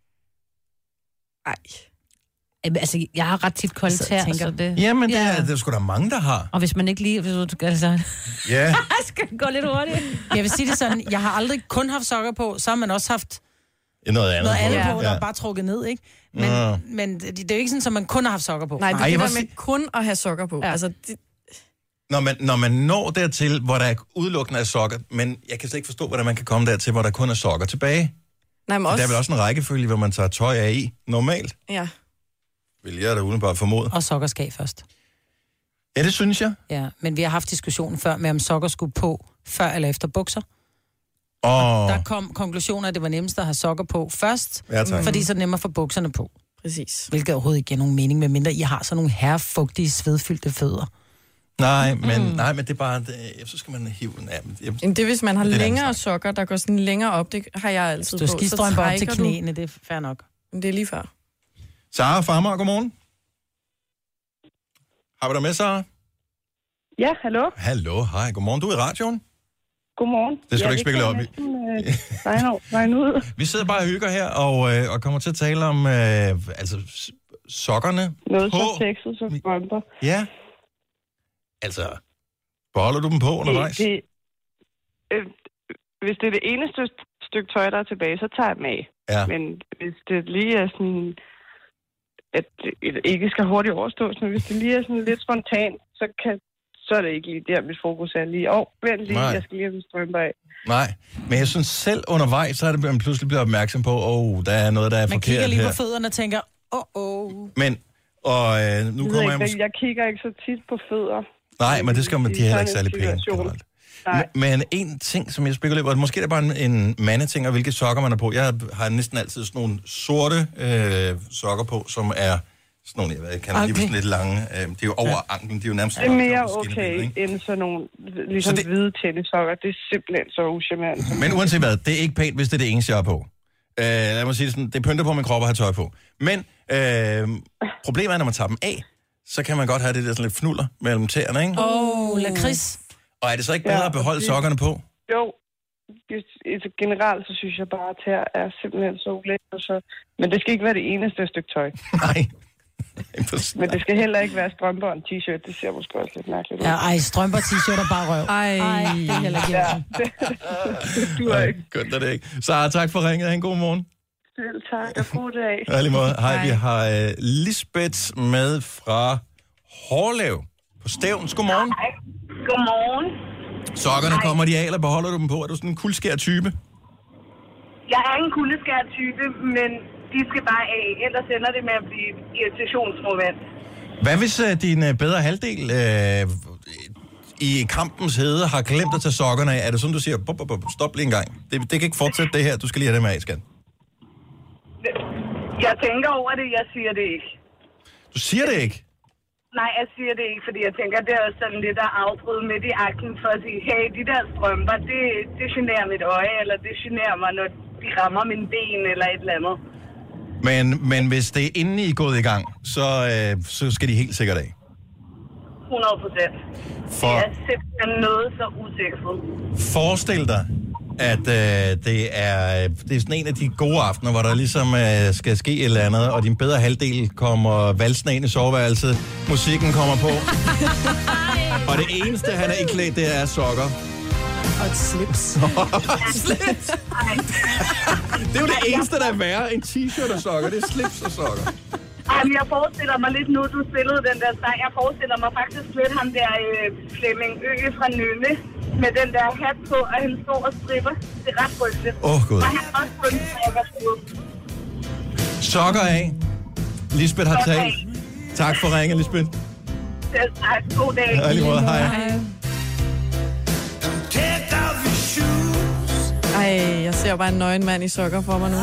Speaker 8: Ej.
Speaker 3: Altså, jeg har ret tit koldt her, så det...
Speaker 1: Jamen, det er sgu da mange, der har.
Speaker 3: Og hvis man ikke lige... Altså...
Speaker 1: Ja.
Speaker 3: skal gå lidt hurtigt.
Speaker 2: Jeg vil sige det sådan, jeg har aldrig kun haft sokker på, så har man også haft
Speaker 1: noget andet
Speaker 2: på, der er bare trukket ned, ikke? Men det er jo ikke sådan, at man kun har haft sokker på.
Speaker 8: Nej, det er det der med kun at have sokker på. Ja. Altså,
Speaker 1: Når man når dertil, hvor der er udelukkende af sokker, men jeg kan slet ikke forstå, hvordan man kan komme dertil, hvor der kun er sokker tilbage.
Speaker 8: Nej, men også...
Speaker 1: Der er vel også en rækkefølge, hvor man tager tøj af i normalt.
Speaker 8: Ja.
Speaker 1: Vil jeg da udenbart formode.
Speaker 2: Og sokker skal først.
Speaker 1: Ja, det synes jeg.
Speaker 2: Ja, men vi har haft diskussionen før med, om sokker skulle på før eller efter bukser. Og der kom konklusionen, at det var nemmest at have sokker på først, fordi så er det nemmere for bukserne på.
Speaker 8: Præcis.
Speaker 2: Hvilket overhovedet ikke giver nogen mening, medmindre I har sådan nogle herrefugtige, svedfyldte fødder.
Speaker 1: Nej, men det er bare... så skal man hive den af.
Speaker 8: Det er, hvis man har længere sokker, der går sådan længere op. Det har jeg altid på.
Speaker 2: Du skal strømpe op til knæene, det er fair nok.
Speaker 8: Men det er lige før.
Speaker 1: Sara Farmer, godmorgen. Har vi dig med, Sara?
Speaker 16: Ja, hallo.
Speaker 1: Hallo, hej. Godmorgen. Du er i radioen?
Speaker 16: Godmorgen.
Speaker 1: Det skal du ikke spekulere op i.
Speaker 16: Regn ud.
Speaker 1: Vi sidder bare og hygger her, og kommer til at tale om sokkerne.
Speaker 16: Noget så sexet som strømper.
Speaker 1: Ja. Altså, beholder du dem på undervejs?
Speaker 16: Hvis det er det eneste stykke tøj, der er tilbage, så tager jeg dem af.
Speaker 1: Ja.
Speaker 16: Men hvis det lige er sådan, at det ikke skal hurtigt overstås, men hvis det lige er sådan lidt spontant, så er det ikke lige der, mit fokus er lige. Vent lige, jeg skal lige have mine strømper af.
Speaker 1: Nej, men jeg synes selv undervejs, så er det, man pludselig bliver opmærksom på, der er noget, der er forkert her.
Speaker 2: Man kigger lige på fødderne og tænker, Men,
Speaker 1: nu kommer
Speaker 16: jeg kigger ikke så tit på fødder.
Speaker 1: Nej, men det skal man, de er heller ikke særlig pæne. Men en ting, som jeg spekulerer på, måske er det bare en mandeting, og hvilke sokker man er på. Jeg har næsten altid sådan nogle sorte sokker på, som er sådan nogle, jeg kan lige sådan lidt lange. De er jo over anklen, de er jo nærmest...
Speaker 16: Det er mere okay end sådan nogle ligesom hvide tennissokker. Det er simpelthen så uschammerende.
Speaker 1: Men uanset hvad, det er ikke pænt, hvis det er det eneste, jeg er på. Lad mig sige sådan, det pynter på min krop at have tøj på. Men problemet er, når man tager dem af, så kan man godt have det der sådan lidt fnuller mellem tæerne, ikke?
Speaker 2: Lakrids.
Speaker 1: Og er det så ikke bedre at beholde sokkerne på?
Speaker 16: Jo. Generelt, så synes jeg bare, at tæer er simpelthen så ulækkert. Men det skal ikke være det eneste stykke tøj.
Speaker 1: Nej.
Speaker 16: Men det skal heller ikke være strømper og en t-shirt. Det ser måske også lidt mærkeligt ud.
Speaker 2: Ja, strømper og t-shirt er bare røv.
Speaker 8: Ej,
Speaker 2: det er heller ikke.
Speaker 16: Du er ikke.
Speaker 1: Godt, det ikke. Sara, tak for ringet. En god morgen.
Speaker 16: Selv tak, og god dag.
Speaker 1: Ja, lige måde. Hej, vi har Lisbeth med fra Hårlev på Stævns. Godmorgen.
Speaker 17: Hej. Godmorgen.
Speaker 1: Sokkerne, kommer de af, eller beholder du dem på? Er du sådan en kuldskær type?
Speaker 17: Jeg er en kuldeskær type, men de skal bare af, ellers ender det med at blive et irritationsmoment.
Speaker 1: Hvad hvis din bedre halvdel i kampens hede har glemt at tage sokkerne af? Er det sådan, du siger, stop lige en gang? Det kan ikke fortsætte det her, du skal lige have dem af, skat.
Speaker 17: Jeg tænker over det, jeg siger det ikke.
Speaker 1: Du siger det ikke?
Speaker 17: Nej, jeg siger det ikke, fordi jeg tænker, det er sådan lidt at afbryde midt i akten for at sige, hey, de der strømper, det generer mit øje, eller det generer mig, når de rammer mine ben, eller et eller andet.
Speaker 1: Men hvis det er inden I er gået i gang, så skal de helt sikkert af.
Speaker 17: 100%. Det er simpelthen noget så usikret.
Speaker 1: Forestil dig, at det er sådan en af de gode aftener, hvor der ligesom skal ske et eller andet, og din bedre halvdel kommer valsende ind i soveværelset, musikken kommer på, og det eneste, han er iklædt, det er sokker.
Speaker 2: Og et slips.
Speaker 1: Slips? Det er jo det eneste, der er værre end t-shirt og sokker. Det er slips og sokker.
Speaker 17: Jamen, jeg forestiller mig lidt nu, du spillede den der sang. Jeg forestiller mig faktisk lidt ham der Flemming Øge fra Nynne med den der hat på, og han står og stripper. Det er ret frygteligt.
Speaker 1: Gud.
Speaker 17: Og han har også kun sokker på.
Speaker 1: Sokker af. Lisbeth har talt. Tak for ringen, Lisbeth.
Speaker 17: Selv tak. God dag.
Speaker 1: Ja, lige måde. Hej.
Speaker 8: Ej, jeg ser bare en nøgen mand i sokker for mig nu.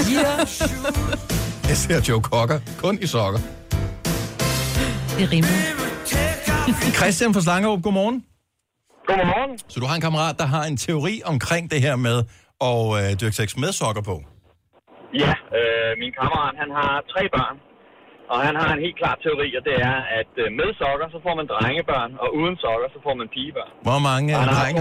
Speaker 1: Jeg ser Joe Cocker kun i sokker.
Speaker 2: Det rimer.
Speaker 1: Christian fra Slangerup, godmorgen.
Speaker 18: Godmorgen.
Speaker 1: Så du har en kammerat, der har en teori omkring det her med at dyrke sex med sokker på?
Speaker 18: Ja, min kammerat, han har 3 børn, og han har en helt klar teori, og det er, at med sokker, så får man drengebørn, og uden sokker, så får man pigebørn.
Speaker 1: Hvor mange drenge?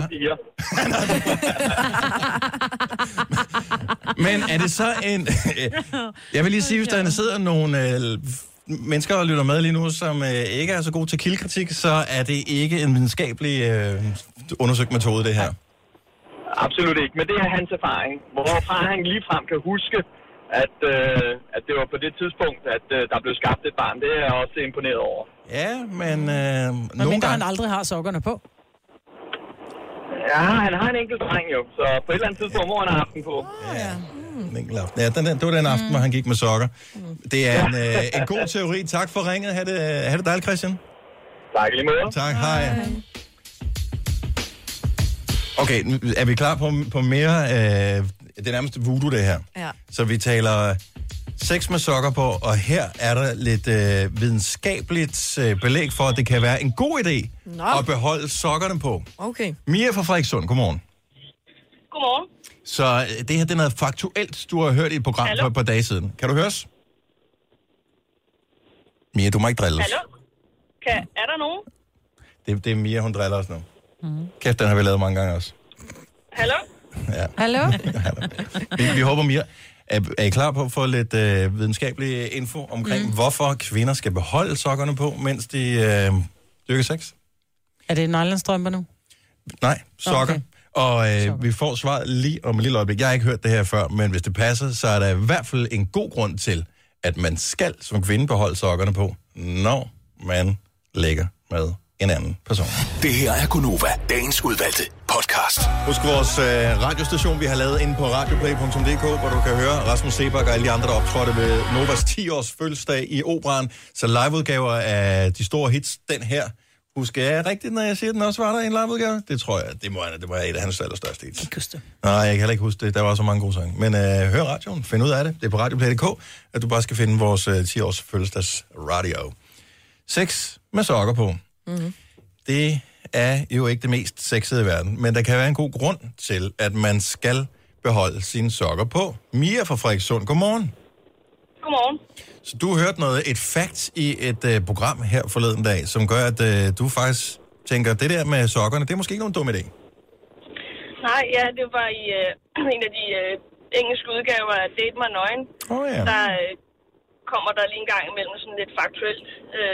Speaker 1: Men er det så en... Jeg vil lige sige, hvis der sidder nogle mennesker, der lytter med lige nu, som ikke er så gode til kildekritik, så er det ikke en videnskabelig undersøgt metode, det her.
Speaker 18: Absolut ikke, men det er hans erfaring. Hvorfra han ligefrem kan huske, at det var på det tidspunkt, at der blev skabt et barn. Det er jeg også imponeret over.
Speaker 1: Ja, men
Speaker 2: nogle gange... han aldrig har sokkerne på.
Speaker 18: Ja, han har en enkelt dreng jo, så på et eller andet tidspunkt må han have haft den på.
Speaker 1: Ja. Ja, det var den aften, hvor han gik med sokker. Det er en god teori. Tak for ringet. Ha' det dejligt, Christian.
Speaker 18: Tak lige måde.
Speaker 1: Tak, hej. Okay, er vi klar på mere? Det er nærmest voodoo, det her.
Speaker 8: Ja.
Speaker 1: Så vi taler sex med sokker på, og her er der lidt videnskabeligt belæg for, at det kan være en god idé at beholde sokkerne på.
Speaker 8: Okay.
Speaker 1: Mia fra Frederikssund, godmorgen.
Speaker 19: Godmorgen.
Speaker 1: Så det her, det er noget faktuelt, du har hørt i et program for et par dage siden. Kan du høres? Mia, du må ikke drilles.
Speaker 19: Hallo? Er der nogen?
Speaker 1: Det er Mia, hun driller os nu. Kæft, den har vi lavet mange gange også.
Speaker 19: Hallo?
Speaker 1: Ja.
Speaker 2: Hallo?
Speaker 1: Vi håber, Mia. Er I klar på at få lidt videnskabelig info omkring, hvorfor kvinder skal beholde sokkerne på, mens de dyrker sex?
Speaker 2: Er det nylonstrømper nu?
Speaker 1: Nej, sokker. Okay. Og vi får svaret lige om et lille øjeblik. Jeg har ikke hørt det her før, men hvis det passer, så er der i hvert fald en god grund til, at man skal som kvinde beholde sokkerne på, når man ligger med en anden person.
Speaker 4: Det her er Gonova, dagens udvalgte podcast.
Speaker 1: Husk vores radiostation, vi har lavet inde på radioplay.dk, hvor du kan høre Rasmus Seebach og alle de andre, der optrådte ved Novas 10-års fødselsdag i Operan. Så liveudgaver af de store hits, den her. Husker jeg rigtigt, når jeg siger, den også var der i en liveudgave? Det tror jeg. Det var et af hans allerstørste hits.
Speaker 2: Ikke huske det.
Speaker 1: Nej, jeg kan heller ikke huske det. Der var så mange gode sange. Men hør radioen, find ud af det. Det er på radioplay.dk, at du bare skal finde vores 10-års fødselsdags radio. Sex med sokker på. Mm-hmm. Det er jo ikke det mest sexede i verden, men der kan være en god grund til, at man skal beholde sine sokker på. Mia fra Frederikssund, godmorgen.
Speaker 19: Godmorgen.
Speaker 1: Så du har hørt et fact i et program her forleden dag, som gør, at du faktisk tænker, det der med sokkerne, det er måske ikke nogen dum idé.
Speaker 19: Nej, ja, det var i en af de engelske udgaver af Date mig nøgen.
Speaker 1: Ja.
Speaker 19: Der kommer der lige en gang imellem sådan lidt faktuelt.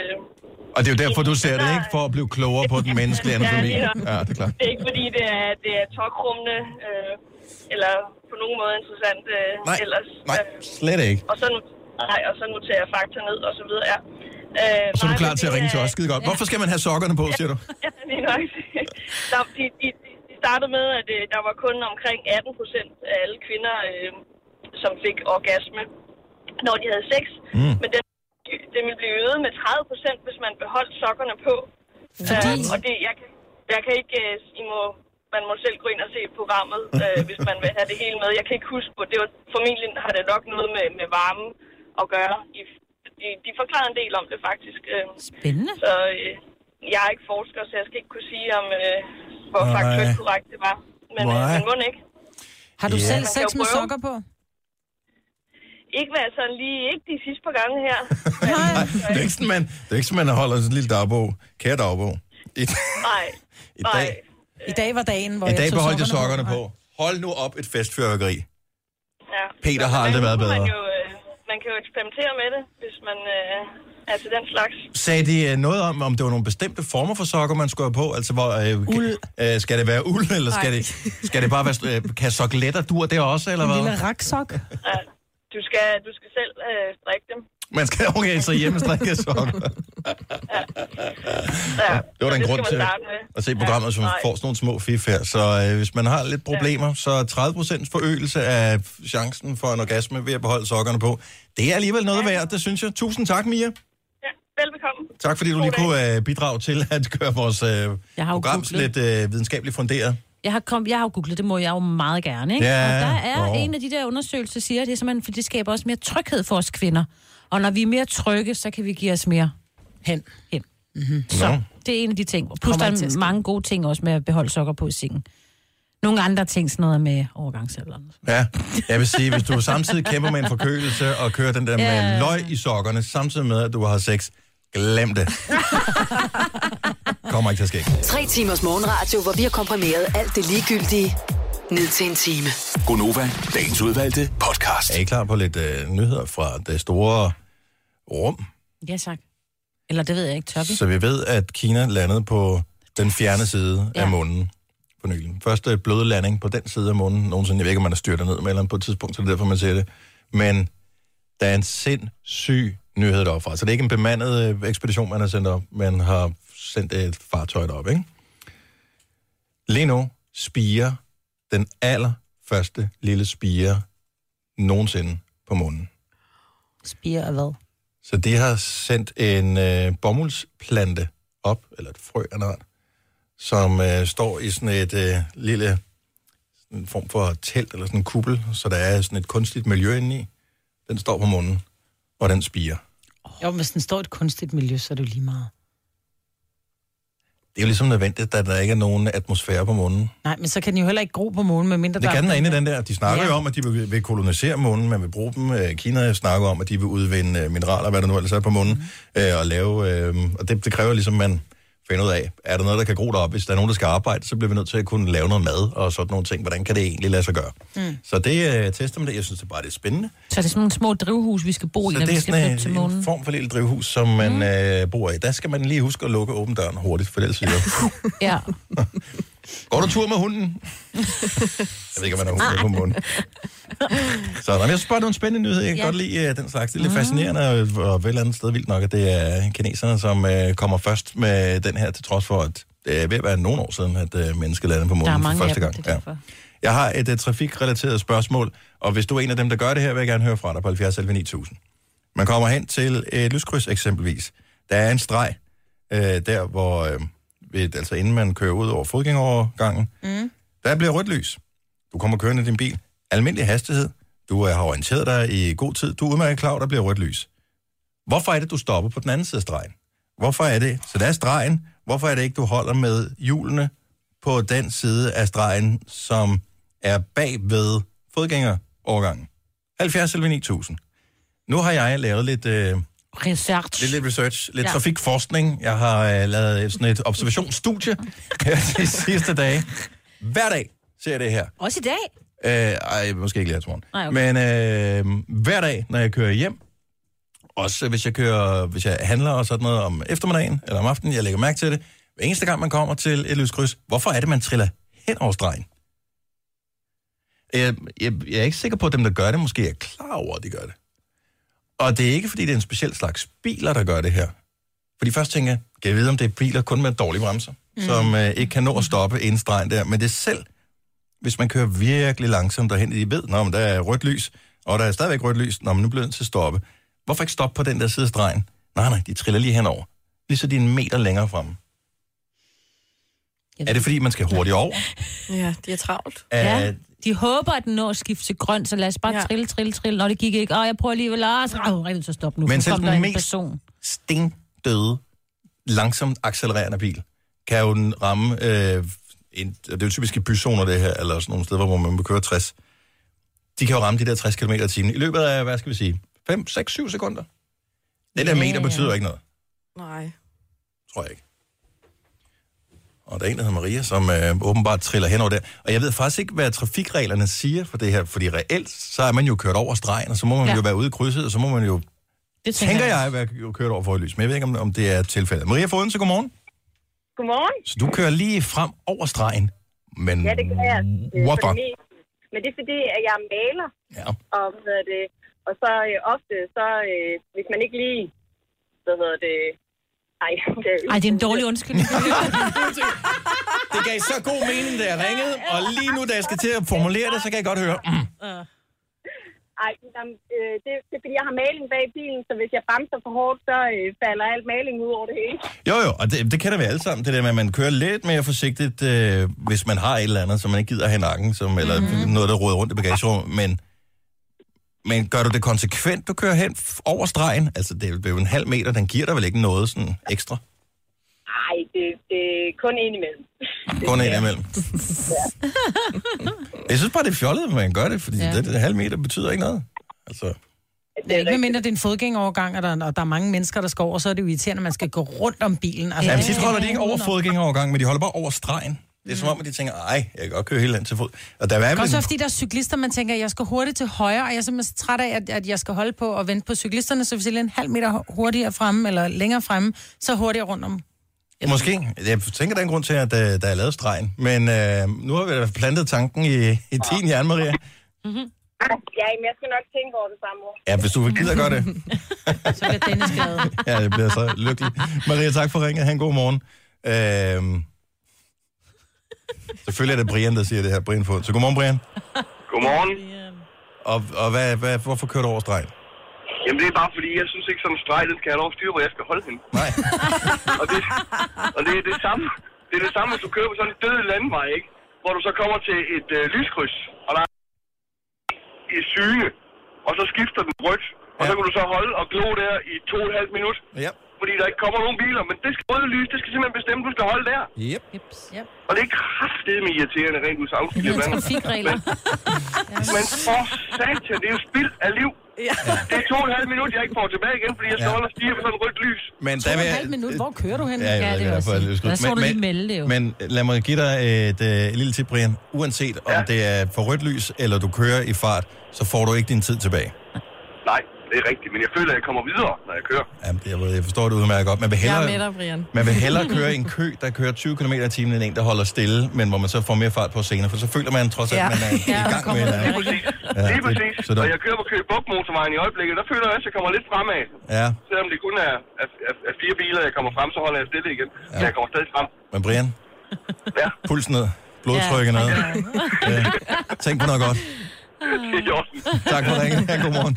Speaker 1: Og det er jo derfor, du ser det, ikke? For at blive klogere på den menneskelige anatomi. Ja, det er klart.
Speaker 19: Det er ikke fordi, det er tokrummende, eller på nogen måde interessant ellers.
Speaker 1: Nej, slet ikke.
Speaker 19: Og så noterer jeg fakta ned, og så videre, ja.
Speaker 1: Så er du klar til at ringe til os, skide godt. Hvorfor skal man have sokkerne på, siger du?
Speaker 19: Ja, det er nok. De startede med, at der var kun omkring 18% af alle kvinder, som fik orgasme, når de havde sex. Men det ville blive øget med 30%, hvis man beholdt sokkerne på. Og det, jeg kan ikke, man må selv gå ind og se programmet, hvis man vil have det hele med. Jeg kan ikke huske, det var formentlig har det nok noget med varme at gøre. De forklarer en del om det faktisk.
Speaker 2: Spændende.
Speaker 19: Så jeg er ikke forsker, så jeg skal ikke kunne sige, om hvor faktuelt korrekt det var. Men må ikke.
Speaker 2: Har du selv sex med sokker på?
Speaker 19: Ikke hvad sådan lige, ikke de sidste par gange her.
Speaker 1: Det er ikke sådan, man holder sådan en lille dagbog. Kære dagbog.
Speaker 19: Nej.
Speaker 2: I dag var dagen, hvor
Speaker 1: I dag beholdt jeg sokkerne på. Hold nu op et festfyrværkeri.
Speaker 19: Ja.
Speaker 1: Peter har aldrig været bedre.
Speaker 19: Man kan jo eksperimentere med det, hvis man er til den slags.
Speaker 1: Sagde de noget om det var nogle bestemte former for sokker, man skulle have på? Altså, hvor, skal det være uld, eller skal det bare være... kan sokletter dur det også, eller hvad?
Speaker 2: En lille raksok?
Speaker 19: Ja, du skal selv strikke dem.
Speaker 1: Man skal så hjemmestrikke sokker. Det var der en grund til at se programmet, som får sådan nogle små fif her. Så hvis man har lidt problemer, så 30% forøgelse af chancen for en orgasme ved at beholde sokkerne på. Det er alligevel noget værd, det synes jeg. Tusind tak, Mia.
Speaker 19: Ja, velbekomme.
Speaker 1: Tak fordi du lige kunne bidrage til at gøre vores program lidt videnskabeligt funderet.
Speaker 3: Jeg har jo googlet, det må jeg jo meget gerne, ikke?
Speaker 1: Ja,
Speaker 3: og der er en af de der undersøgelser, siger, at det er simpelthen, for det skaber også mere tryghed for os kvinder. Og når vi er mere trygge, så kan vi give os mere hen. Mm-hmm. Så det er en af de ting. Plus der er mange gode ting også med at beholde sokker på i sengen. Nogle andre ting, sådan noget med overgangsalderen.
Speaker 1: Ja, jeg vil sige, hvis du samtidig kæmper med en forkølelse og kører den der med løg i sokkerne, samtidig med, at du har sex, glem det. Kommer ikke til at ske.
Speaker 7: 3 timers morgenradio, hvor vi har komprimeret alt det ligegyldige ned til en time.
Speaker 4: Gonova, dagens udvalgte podcast.
Speaker 1: Er I klar på lidt nyheder fra det store rum?
Speaker 3: Ja, tak. Eller det ved jeg ikke, tør vi?
Speaker 1: Så vi ved, at Kina landede på den fjerne side af månen for nylig. Første bløde landing på den side af månen nogensinde. Jeg ved ikke, om man har styrtet ned med eller på et tidspunkt, så det er derfor, man ser det. Men der er en sindssyg nyhed deroppe fra. Så det er ikke en bemandet ekspedition, man har sendt op. Man har sendt et fartøj derop, ikke? Lige nu spirer den allerførste lille spire nogensinde på månen.
Speaker 2: Spire af hvad?
Speaker 1: Så de har sendt en bomuldsplante op, eller et frø af noget, som står i sådan et lille en form for telt, eller sådan en kuppel, så der er sådan et kunstigt miljø indeni. Den står på månen, og den spirer.
Speaker 2: Jo, hvis den står i et kunstigt miljø, så er det jo lige meget.
Speaker 1: Det er jo ligesom nødvendigt, at der ikke er nogen atmosfære på månen.
Speaker 2: Nej, men så kan den jo heller ikke gro på månen, medmindre
Speaker 1: det kan den inde i den der. De snakker jo om, at de vil kolonisere månen, man vil bruge dem. Kina snakker om, at de vil udvinde mineraler, hvad der nu ellers er på månen, og lave... og det kræver ligesom, man finder ud af, er der noget, der kan gro derop? Hvis der er nogen, der skal arbejde, så bliver vi nødt til at kunne lave noget mad og sådan nogle ting. Hvordan kan det egentlig lade sig gøre? Så det tester man det. Jeg synes det bare, det er spændende.
Speaker 3: Så det er sådan nogle små drivhus, vi skal bo i, når vi skal flytte til månen?
Speaker 1: Det er en form for lille drivhus, som man bor i. Der skal man lige huske at lukke åben døren hurtigt, for ellers
Speaker 3: ja.
Speaker 1: Går du tur med hunden? Jeg ved ikke, om man har hunden på månen. Så jeg synes bare, det er en spændende nyhed. Jeg kan godt lide den slags. Det er lidt fascinerende, og vel andet sted vildt nok, at det er kineserne, som kommer først med den her, til trods for, at det er ved at være nogle år siden, at mennesket landede på månen for første gang. Ja. Jeg har et trafikrelateret spørgsmål, og hvis du er en af dem, der gør det her, vil jeg gerne høre fra dig på 70 11 9000. Man kommer hen til et lyskryds eksempelvis. Der er en streg, der hvor... altså inden man kører ud over fodgængerovergangen, der bliver rødt lys. Du kommer kørende i din bil. Almindelig hastighed. Du har orienteret dig i god tid. Du er udmærket klar, der bliver rødt lys. Hvorfor er det, du stopper på den anden side af stregen? Hvorfor er det? Så der er stregen. Hvorfor er det ikke, du holder med hjulene på den side af stregen, som er bag ved fodgængerovergangen? 70 eller 9000. Nu har jeg lavet lidt... Lidt research, lidt trafikforskning. Jeg har lavet sådan et observationsstudie her de sidste dage. Hver dag ser jeg det her.
Speaker 3: Også i dag?
Speaker 1: Måske ikke lige her, tror jeg.
Speaker 3: Okay.
Speaker 1: Men hver dag, når jeg kører hjem, også hvis jeg handler og sådan noget om eftermiddagen eller om aftenen, jeg lægger mærke til det. Hver eneste gang, man kommer til et lyskryds, hvorfor er det, man triller hen over stregen? Jeg er ikke sikker på, at dem, der gør det, måske er klar over, at de gør det. Og det er ikke, fordi det er en speciel slags biler, der gør det her. Fordi først tænker jeg, kan jeg vide, om det er biler kun med dårlige bremser, som ikke kan nå at stoppe inden stregen der. Men det er selv, hvis man kører virkelig langsomt derhen, de ved, når der er rødt lys, og der er stadigvæk rødt lys, når man nu bliver nødt til at stoppe. Hvorfor ikke stoppe på den der side af stregen? Nej, de triller lige henover. Lige så de er en meter længere fremme. Er det, fordi man skal hurtigt over?
Speaker 8: Ja, de er travlt.
Speaker 3: Ja. De håber, at den når at skifte til grøn, så lad os bare trille. Når det gik ikke, jeg prøver alligevel, så rigtig så stop nu.
Speaker 1: Men selv den mest stendøde, langsomt accelererende bil, kan jo den ramme, det er jo typisk i byzoner det her, eller sådan nogle steder, hvor man må køre 60. De kan jo ramme de der 60 km i timen i løbet af, hvad skal vi sige, 5, 6, 7 sekunder. Det der meter betyder ikke noget.
Speaker 8: Nej.
Speaker 1: Tror jeg ikke. Og der er en, der hedder Maria, som åbenbart triller henover der. Og jeg ved faktisk ikke, hvad trafikreglerne siger for det her, fordi reelt, så er man jo kørt over stregen, og så må man jo være ude i krydset, og så må man jo, tænker jeg, være kørt over for et lys. Men jeg ved ikke, om det er tilfældet. Maria fra Odense, godmorgen.
Speaker 15: Godmorgen.
Speaker 1: Så du kører lige frem over stregen, men
Speaker 15: ja, det gør jeg.
Speaker 1: Hvorfor?
Speaker 15: Men det er fordi, at jeg er maler.
Speaker 1: Ja.
Speaker 15: Og så ofte, så hvis man ikke lige,
Speaker 3: Ej, det er en dårlig undskyldning.
Speaker 1: Det gav så god mening, da jeg ringede, og lige nu, da jeg skal til at formulere det, så kan jeg godt høre.
Speaker 15: Det er fordi, jeg har maling bag bilen, så hvis jeg bremser for hårdt, så falder alt maling ud over det hele.
Speaker 1: Jo, og det kender vi alle sammen, det der med, at man kører lidt mere forsigtigt, hvis man har et eller andet, som man ikke gider have i nakken, eller noget, der roder rundt i bagagerummet, men gør du det konsekvent, du kører hen over stregen? Altså, det er jo en halv meter, den giver dig vel ikke noget sådan ekstra?
Speaker 15: Nej, Nej, det er kun en imellem.
Speaker 1: Kun en imellem. Jeg synes bare, det er fjollet, at man gør det, fordi det halv meter betyder ikke noget. Altså...
Speaker 2: Det er ikke mindre, det er en fodgængerovergang, og der er mange mennesker, der skal over, så er det jo irriterende, at man skal gå rundt om bilen. Altså,
Speaker 1: men sidst holder de ikke over fodgængerovergang, men de holder bare over stregen. Det er som om, at de tænker, ej, jeg kan godt køre hele land til fod. Og der er
Speaker 2: også fordi der er cyklister, man tænker, jeg skal hurtigt til højre, og jeg er simpelthen træt af, at jeg skal holde på og vente på cyklisterne, så hvis jeg er en halv meter hurtigere fremme, eller længere fremme, så hurtigere rundt om.
Speaker 1: Måske. Jeg tænker, der er en grund til, at der er lavet stregen. Men nu har vi da plantet tanken i din hjerne, Maria.
Speaker 15: Mm-hmm. Ja, men jeg skal nok tænke over det samme år.
Speaker 1: Ja, hvis du gider gøre det.
Speaker 2: Så bliver Dennis glad.
Speaker 1: Ja, det bliver så lykkeligt. Maria, tak for ringet. Ha' en god morgen. Selvfølgelig er det Brian, der siger det her. Brian Fod. Så godmorgen, Brian.
Speaker 14: Godmorgen.
Speaker 1: Og hvorfor kører du over stregen?
Speaker 14: Jamen, det er bare fordi, jeg synes ikke, sådan en streg, den skal have lov at styre, hvor jeg skal holde hende.
Speaker 1: Nej.
Speaker 14: og det er det samme. Det er det samme, hvis du kører på sådan en død landvej, ikke? Hvor du så kommer til et lyskryds, og der er i syne, og så skifter den rødt. Og så kan du så holde og glo der i 2,5 minutter.
Speaker 1: Ja.
Speaker 14: Fordi der ikke kommer nogen biler, men det skal røde lys, det skal simpelthen bestemme, du skal holde der.
Speaker 1: Yep.
Speaker 14: Og det er kraftedeme irriterende, rent ud samtidig.
Speaker 3: Det er trafikregler.
Speaker 14: Men for satan, det er jo spild af liv. Ja. Det er 2,5 minutter, jeg ikke får tilbage igen, fordi jeg skal holde og stige på sådan et rødt lys.
Speaker 1: Men
Speaker 2: 2,5 minutter? Hvor kører du hen?
Speaker 1: Ja, det er også.
Speaker 3: Der så du lige melde det jo.
Speaker 1: Men lad mig give dig et lille tip, Brian. Uanset om det er for rødt lys, eller du kører i fart, så får du ikke din tid tilbage.
Speaker 14: Nej, det er rigtigt, men jeg føler, at jeg kommer videre, når jeg kører.
Speaker 1: Jamen, jeg forstår det udmærket godt.
Speaker 8: Jeg er med dig, Brian.
Speaker 1: Man vil hellere køre i en kø, der kører 20 km i timen, end en, der holder stille, men hvor man så får mere fart på senere, for så føler man trods alt, at man er i gang med det.
Speaker 14: Lige præcis. Og jeg kører på Køge Bugt-motorvejen i øjeblikket, der føler jeg også, at jeg kommer lidt fremad.
Speaker 1: Ja.
Speaker 14: Selvom det kun er 4 biler, jeg kommer frem, så holder jeg stille igen. Ja. Så jeg kommer stadig frem.
Speaker 1: Men Brian, puls ned, blodtrykket ned. Tænk på noget godt. Tak for ringen. Ja, godmorgen.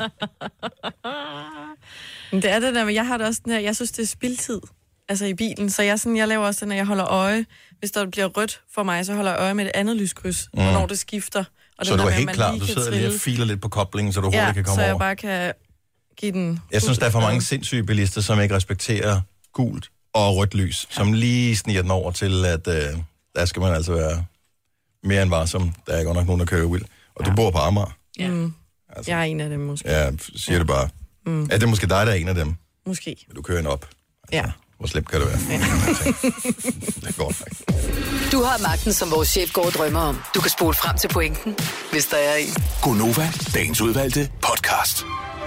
Speaker 8: Det er det der, men jeg har det også den her, jeg synes, det er spildtid, altså i bilen, så jeg laver også det, når jeg holder øje. Hvis der bliver rødt for mig, så holder jeg øje med et andet lyskryds, hvornår det skifter. Og
Speaker 1: så du er helt klar, du sidder lige og filer lidt på koblingen, så du hurtigt kan komme over.
Speaker 8: så jeg bare kan give den...
Speaker 1: Jeg synes, der er for mange sindssyge bilister, som ikke respekterer gult og rødt lys, som lige sniger den over til, at der skal man altså være mere end varsom. Der er godt nok nogen, der kører vildt. Og du bor på Amager.
Speaker 8: Ja. Altså, jeg er en af dem, måske.
Speaker 1: Ja, siger det bare. Er det måske dig, der er en af dem?
Speaker 8: Måske.
Speaker 1: Men du kører en op.
Speaker 8: Altså,
Speaker 1: hvor slemt kan det være? Ja. Det går nok.
Speaker 7: Du har magten, som vores chef går og drømmer om. Du kan spole frem til pointen, hvis der er en.
Speaker 4: Gonova, dagens udvalgte podcast.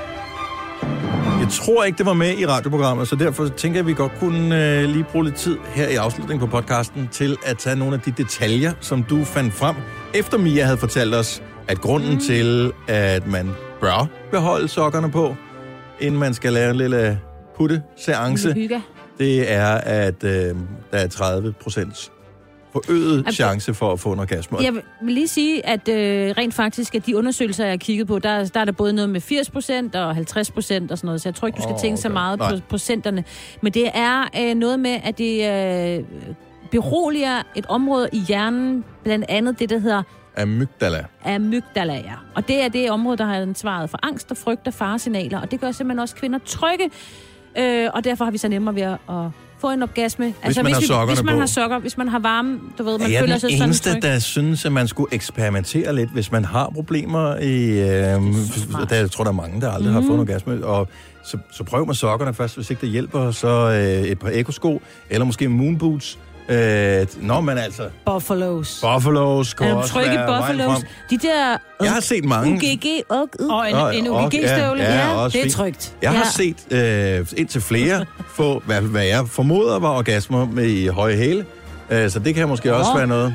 Speaker 1: Jeg tror ikke, det var med i radioprogrammet, så derfor tænker jeg, at vi godt kunne lige bruge lidt tid her i afslutningen på podcasten til at tage nogle af de detaljer, som du fandt frem, efter Mia havde fortalt os, at grunden til, at man bør beholde sokkerne på, inden man skal lave en lille putte-seance, det er, at der er 30% forøget chance for at få en orgasme.
Speaker 3: Jeg vil lige sige, at rent faktisk, at de undersøgelser, jeg har kigget på, der er der både noget med 80% og 50% og sådan noget, så jeg tror ikke, du skal tænke så meget på procenterne. Men det er noget med, at det beroliger et område i hjernen, blandt andet det, der hedder amygdala, ja. Og det er det område, der har ansvaret for angst og frygt og faresignaler, og det gør simpelthen også kvinder trygge, og derfor har vi så nemmere ved at få en orgasme.
Speaker 1: Hvis man
Speaker 3: har sokker, hvis man har varme, du ved, man føler sig sådan.
Speaker 1: Jeg er den eneste, der synes, at man skulle eksperimentere lidt, hvis man har problemer i... jeg tror, der er mange, der aldrig har fået en orgasme, og så prøv med sokkerne først, hvis ikke det hjælper, så et par ekosko, eller måske moonboots. Når man altså...
Speaker 3: Buffalos
Speaker 1: kan også være
Speaker 3: Buffalos. De der...
Speaker 1: Jeg har set mange...
Speaker 3: UGG og en UGG-støvle. Ja, det er trygt.
Speaker 1: Jeg har set indtil flere få, hvad jeg formoder var orgasmer med i høje hæle. Så det kan måske også være noget.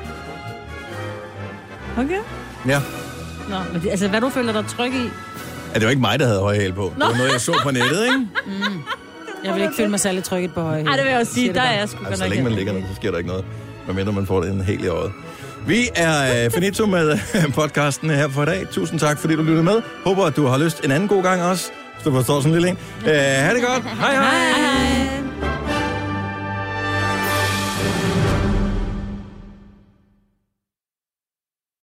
Speaker 3: Okay.
Speaker 1: Ja.
Speaker 3: Nå, men altså, hvad du føler dig tryg i?
Speaker 1: Ja, det var ikke mig, der havde høje hæle på. Det var noget, jeg så på nettet, ikke?
Speaker 2: Jeg vil ikke føle mig særlig trykket på høje.
Speaker 3: Nej, det vil jeg også sige. Der er jeg sgu.
Speaker 1: Altså, så længe man ligger der, så sker der ikke noget. Medmindre man får det en hel i øjet. Vi er finito med podcasten her for i dag. Tusind tak, fordi du lyttede med. Håber, at du har lyst en anden god gang også. Hvis du forstår sådan en lille en. Ha' det godt. Hej hej.